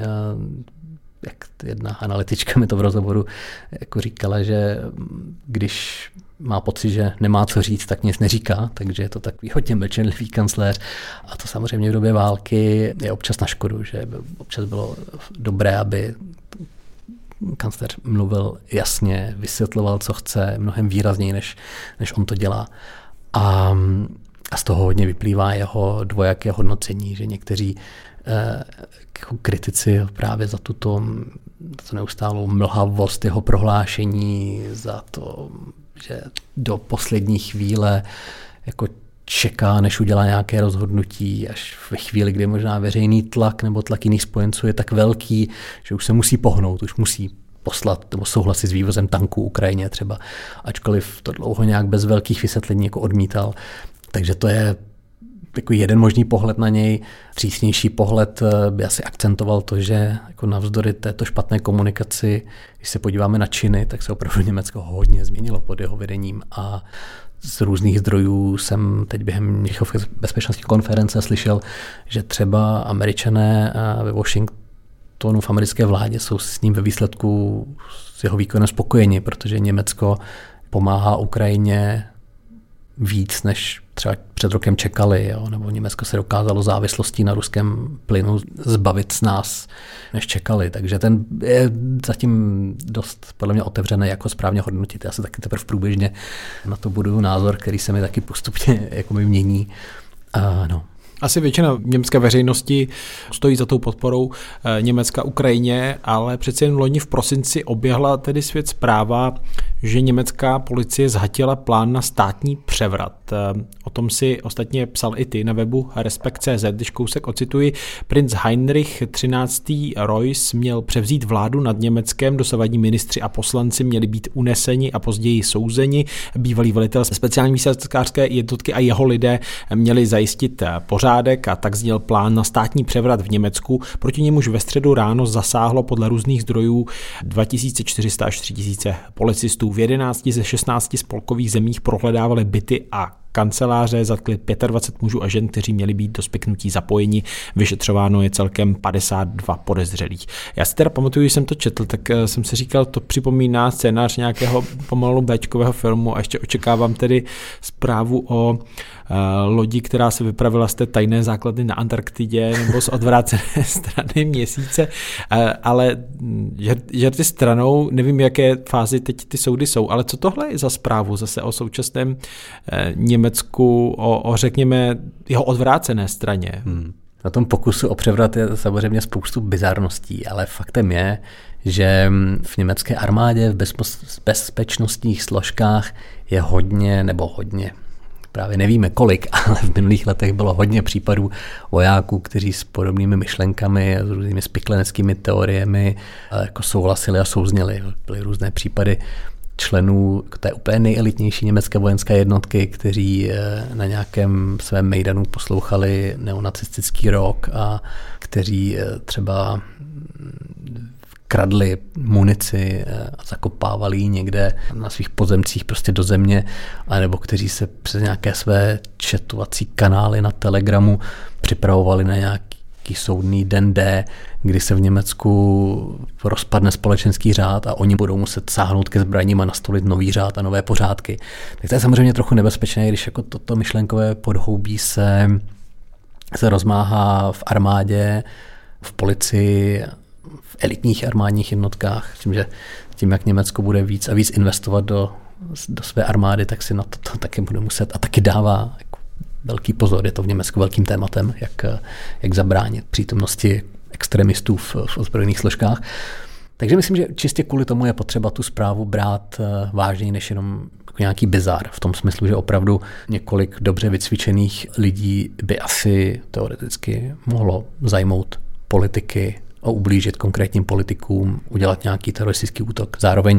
Jak jedna analytička mi to v rozhovoru jako říkala, že když má pocit, že nemá co říct, tak nic neříká, takže je to takový hodně mlčenlivý kancléř. A to samozřejmě v době války je občas na škodu, že občas bylo dobré, aby kancléř mluvil jasně, vysvětloval, co chce, mnohem výrazněji, než, než on to dělá. A, a z toho hodně vyplývá jeho dvojaké hodnocení, že někteří eh, kritici právě za tuto, tuto neustálou mlhavost jeho prohlášení, za to, že do poslední chvíle jako čeká, než udělá nějaké rozhodnutí, až ve chvíli, kdy možná veřejný tlak nebo tlak jiných spojenců je tak velký, že už se musí pohnout, už musí poslat nebo souhlasit s vývozem tanků Ukrajině třeba, ačkoliv to dlouho nějak bez velkých vysvětlení jako odmítal. Takže to je takový jeden možný pohled na něj. Přísnější pohled by asi akcentoval to, že jako navzdory této špatné komunikaci, když se podíváme na činy, tak se opravdu Německo hodně změnilo pod jeho vedením a z různých zdrojů jsem teď během Mnichovské bezpečnostní konference slyšel, že třeba Američané ve Washingtonu v americké vládě jsou s ním ve výsledku s jeho výkonem spokojeni, protože Německo pomáhá Ukrajině víc, než třeba před rokem čekali, jo? Nebo Německo se dokázalo závislostí na ruském plynu zbavit z nás, než čekali. Takže ten je zatím dost podle mě otevřený, jako správně hodnotit. Já se taky teprve průběžně na to buduju názor, který se mi taky postupně jako mi mění. A no. Asi většina německé veřejnosti stojí za tou podporou Německa Ukrajině, ale přeci jen loni v prosinci oběhla tedy svět zpráva, že německá policie zhatila plán na státní převrat. O tom si ostatně psal i ty na webu Respekt tečka cé zet, když kousek ocituji. Princ Heinrich třináctý. Reuss měl převzít vládu nad Německem, dosavadní ministři a poslanci měli být uneseni a později souzeni. Bývalý velitel speciální výsadkářské jednotky a jeho lidé měli zajistit pořádek a tak zněl plán na státní převrat v Německu. Proti němuž ve středu ráno zasáhlo podle různých zdrojů dva tisíce čtyři sta až tři tisíce policistů. V jedenácti ze šestnácti spolkových zemích prohledávali byty a kanceláře, zatkli dvacet pět mužů a žen, kteří měli být do spiknutí zapojeni. Vyšetřováno je celkem padesát dva podezřelých. Já si teda pamatuju, že jsem to četl, tak jsem si říkal, to připomíná scénář nějakého pomalu béčkového filmu a ještě očekávám tedy zprávu o uh, lodi, která se vypravila z té tajné základny na Antarktidě nebo z odvrácené strany měsíce, uh, ale žerty stranou, nevím, jaké fázi teď ty soudy jsou, ale co tohle je za zprávu zase o současném uh, Německu, o, o řekněme jeho odvrácené straně? Hmm. Na tom pokusu o převrat je samozřejmě spoustu bizarností, ale faktem je, že v německé armádě v bezpečnostních složkách je hodně, nebo hodně, právě nevíme kolik, ale v minulých letech bylo hodně případů vojáků, kteří s podobnými myšlenkami a s různými spikleneckými teoriemi jako souhlasili a souzněli. Byly různé případy členů té úplně nejelitnější německé vojenské jednotky, kteří na nějakém svém mejdanu poslouchali neonacistický rock a kteří třeba kradli munici a zakopávali ji někde na svých pozemcích prostě do země, anebo kteří se přes nějaké své chatovací kanály na Telegramu připravovali na nějaký soudný den D, kdy se v Německu rozpadne společenský řád a oni budou muset sáhnout ke zbraním a nastolit nový řád a nové pořádky. Tak to je samozřejmě trochu nebezpečné, když jako toto myšlenkové podhoubí se, se rozmáhá v armádě, v policii, v elitních armádních jednotkách. Tím, že tím, jak Německo bude víc a víc investovat do, do své armády, tak si na to, to taky bude muset a taky dává jako velký pozor. Je to v Německu velkým tématem, jak, jak zabránit přítomnosti extremistů v, v ozbrojených složkách. Takže myslím, že čistě kvůli tomu je potřeba tu zprávu brát vážněji než jenom jako nějaký bizar. V tom smyslu, že opravdu několik dobře vycvičených lidí by asi teoreticky mohlo zajmout politiky a ublížit konkrétním politikům, udělat nějaký teroristický útok. Zároveň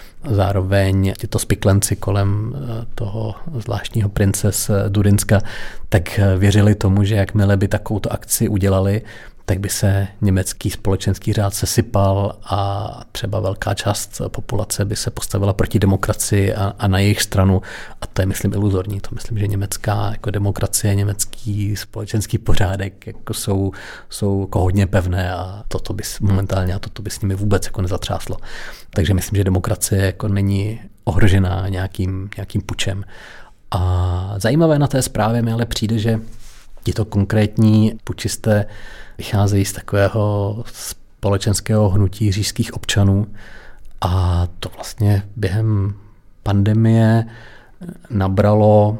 Zároveň tyto spiklenci kolem toho zvláštního prince z Durynska tak věřili tomu, že jakmile by takovouto akci udělali, tak by se německý společenský řád sesypal a třeba velká část populace by se postavila proti demokracii a, a na jejich stranu. A to je, myslím, iluzorní. To myslím, že německá jako demokracie, německý společenský pořádek jako jsou, jsou jako hodně pevné a toto by momentálně a toto by s nimi vůbec jako nezatřáslo. Takže myslím, že demokracie jako není ohrožená nějakým, nějakým pučem. A zajímavé na té zprávě mi ale přijde, že tito konkrétní pučisté vycházejí z takového společenského hnutí říšských občanů a to vlastně během pandemie nabralo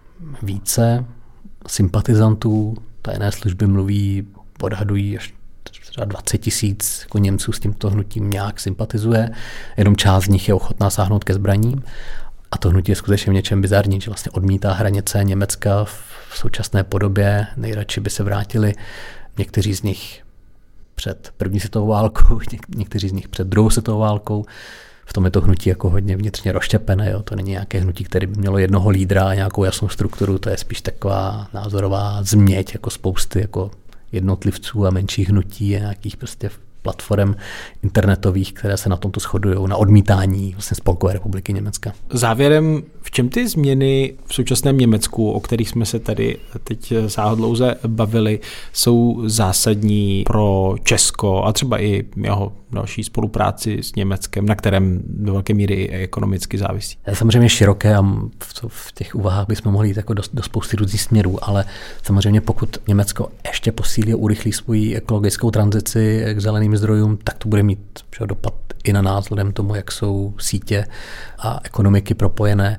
více sympatizantů. Tajné služby mluví, odhadují až třeba dvacet tisíc jako Němců s tímto hnutím nějak sympatizuje. Jenom část z nich je ochotná sáhnout ke zbraním. A to hnutí je skutečně v něčem bizarní, že vlastně odmítá hranice Německa v současné podobě. Nejradši by se vrátili někteří z nich před první světovou válkou, někteří z nich před druhou světovou válkou. V tom je to hnutí jako hodně vnitřně rozštěpené. Jo. To není nějaké hnutí, které by mělo jednoho lídra a nějakou jasnou strukturu. To je spíš taková názorová změť jako spousty jako jednotlivců a menších hnutí a nějakých prostě platform internetových, které se na tomto shodují, na odmítání vlastně Spolkové republiky Německa. Závěrem, v čem ty změny v současném Německu, o kterých jsme se tady teď sáhodlouze bavili, jsou zásadní pro Česko a třeba i jeho další spolupráci s Německem, na kterém do velké míry i ekonomicky závisí? Je samozřejmě široké a v těch úvahách bychom mohli jít jako do, do spousty různých směrů, ale samozřejmě pokud Německo ještě posílí a urychlí svoji ekologickou tranzici k zeleným zdrojům, tak to bude mít dopad i na nás, vzhledem tomu, jak jsou sítě a ekonomiky propojené.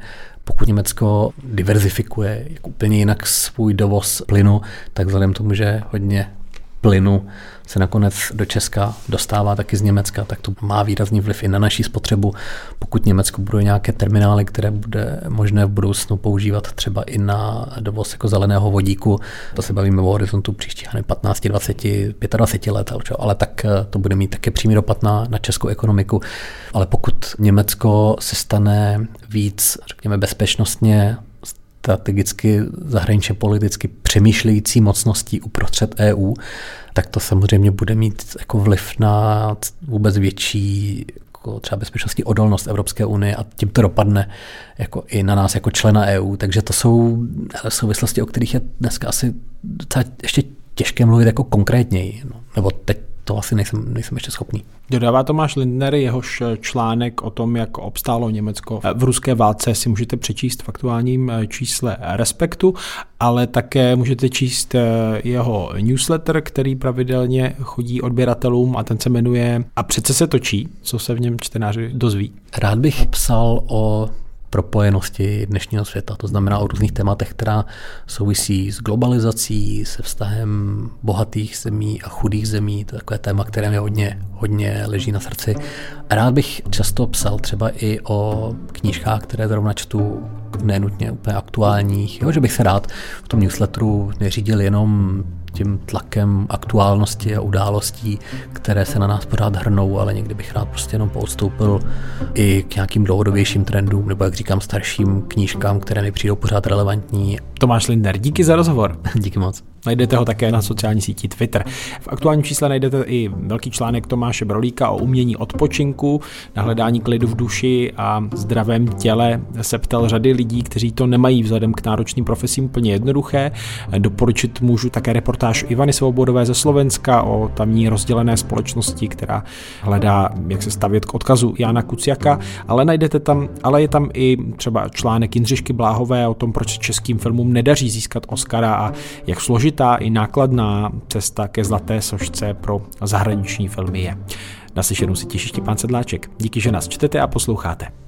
pokud Německo diverzifikuje jako úplně jinak svůj dovoz plynu, tak vzhledem tomu, že hodně plynu se nakonec do Česka dostává taky z Německa, tak to má výrazný vliv i na naší spotřebu. Pokud Německo buduje nějaké terminály, které bude možné v budoucnu používat třeba i na dovoz jako zeleného vodíku, to se bavíme o horizontu příštích patnáct, dvacet, dvacet pět let, ale tak to bude mít také přímý dopad na, na českou ekonomiku. Ale pokud Německo se stane víc, řekněme, bezpečnostně, strategicky, zahraničně politicky přemýšlející mocností uprostřed E U, tak to samozřejmě bude mít jako vliv na vůbec větší jako třeba bezpečnostní odolnost Evropské unie a tím to dopadne jako i na nás jako člena E U. Takže to jsou souvislosti, o kterých je dneska asi docela ještě těžké mluvit jako konkrétněji. No, nebo teď to asi nejsem, nejsem ještě schopný. Dodává Tomáš Lindner, jehož článek o tom, jak obstálo Německo v ruské válce, si můžete přečíst v aktuálním čísle Respektu, ale také můžete číst jeho newsletter, který pravidelně chodí odběratelům a ten se jmenuje A přece se točí, co se v něm čtenáři dozví. Rád bych psal o propojenosti dnešního světa, to znamená o různých tématech, která souvisí s globalizací, se vztahem bohatých zemí a chudých zemí, to je takové téma, které mi hodně, hodně leží na srdci. A rád bych často psal třeba i o knížkách, které zrovna čtu, nenutně úplně aktuálních, jo, že bych se rád v tom newsletteru neřídil jenom tím tlakem aktuálnosti a událostí, které se na nás pořád hrnou, ale někdy bych rád prostě jenom poodstoupil i k nějakým dlouhodobějším trendům, nebo jak říkám, starším knížkám, které mi přijdou pořád relevantní. Tomáš Lindner, díky za rozhovor. Díky moc. Najdete ho také na sociální síti Twitter. V aktuálním čísle najdete i velký článek Tomáše Brolíka o umění odpočinku, na hledání klidu v duši a zdravém těle se ptal řady lidí, kteří to nemají vzhledem k náročným profesím úplně jednoduché. Doporučit můžu také reportáž Ivany Svobodové ze Slovenska o tamní rozdělené společnosti, která hledá, jak se stavět k odkazu Jána Kuciaka, ale najdete tam, ale je tam i třeba článek Jindřišky Bláhové o tom, proč českým filmům nedaří získat Oscara a jak složitá i nákladná cesta ke zlaté sošce pro zahraniční filmy je. Na slyšenou si těší Štěpán Sedláček. Díky, že nás čtete a posloucháte.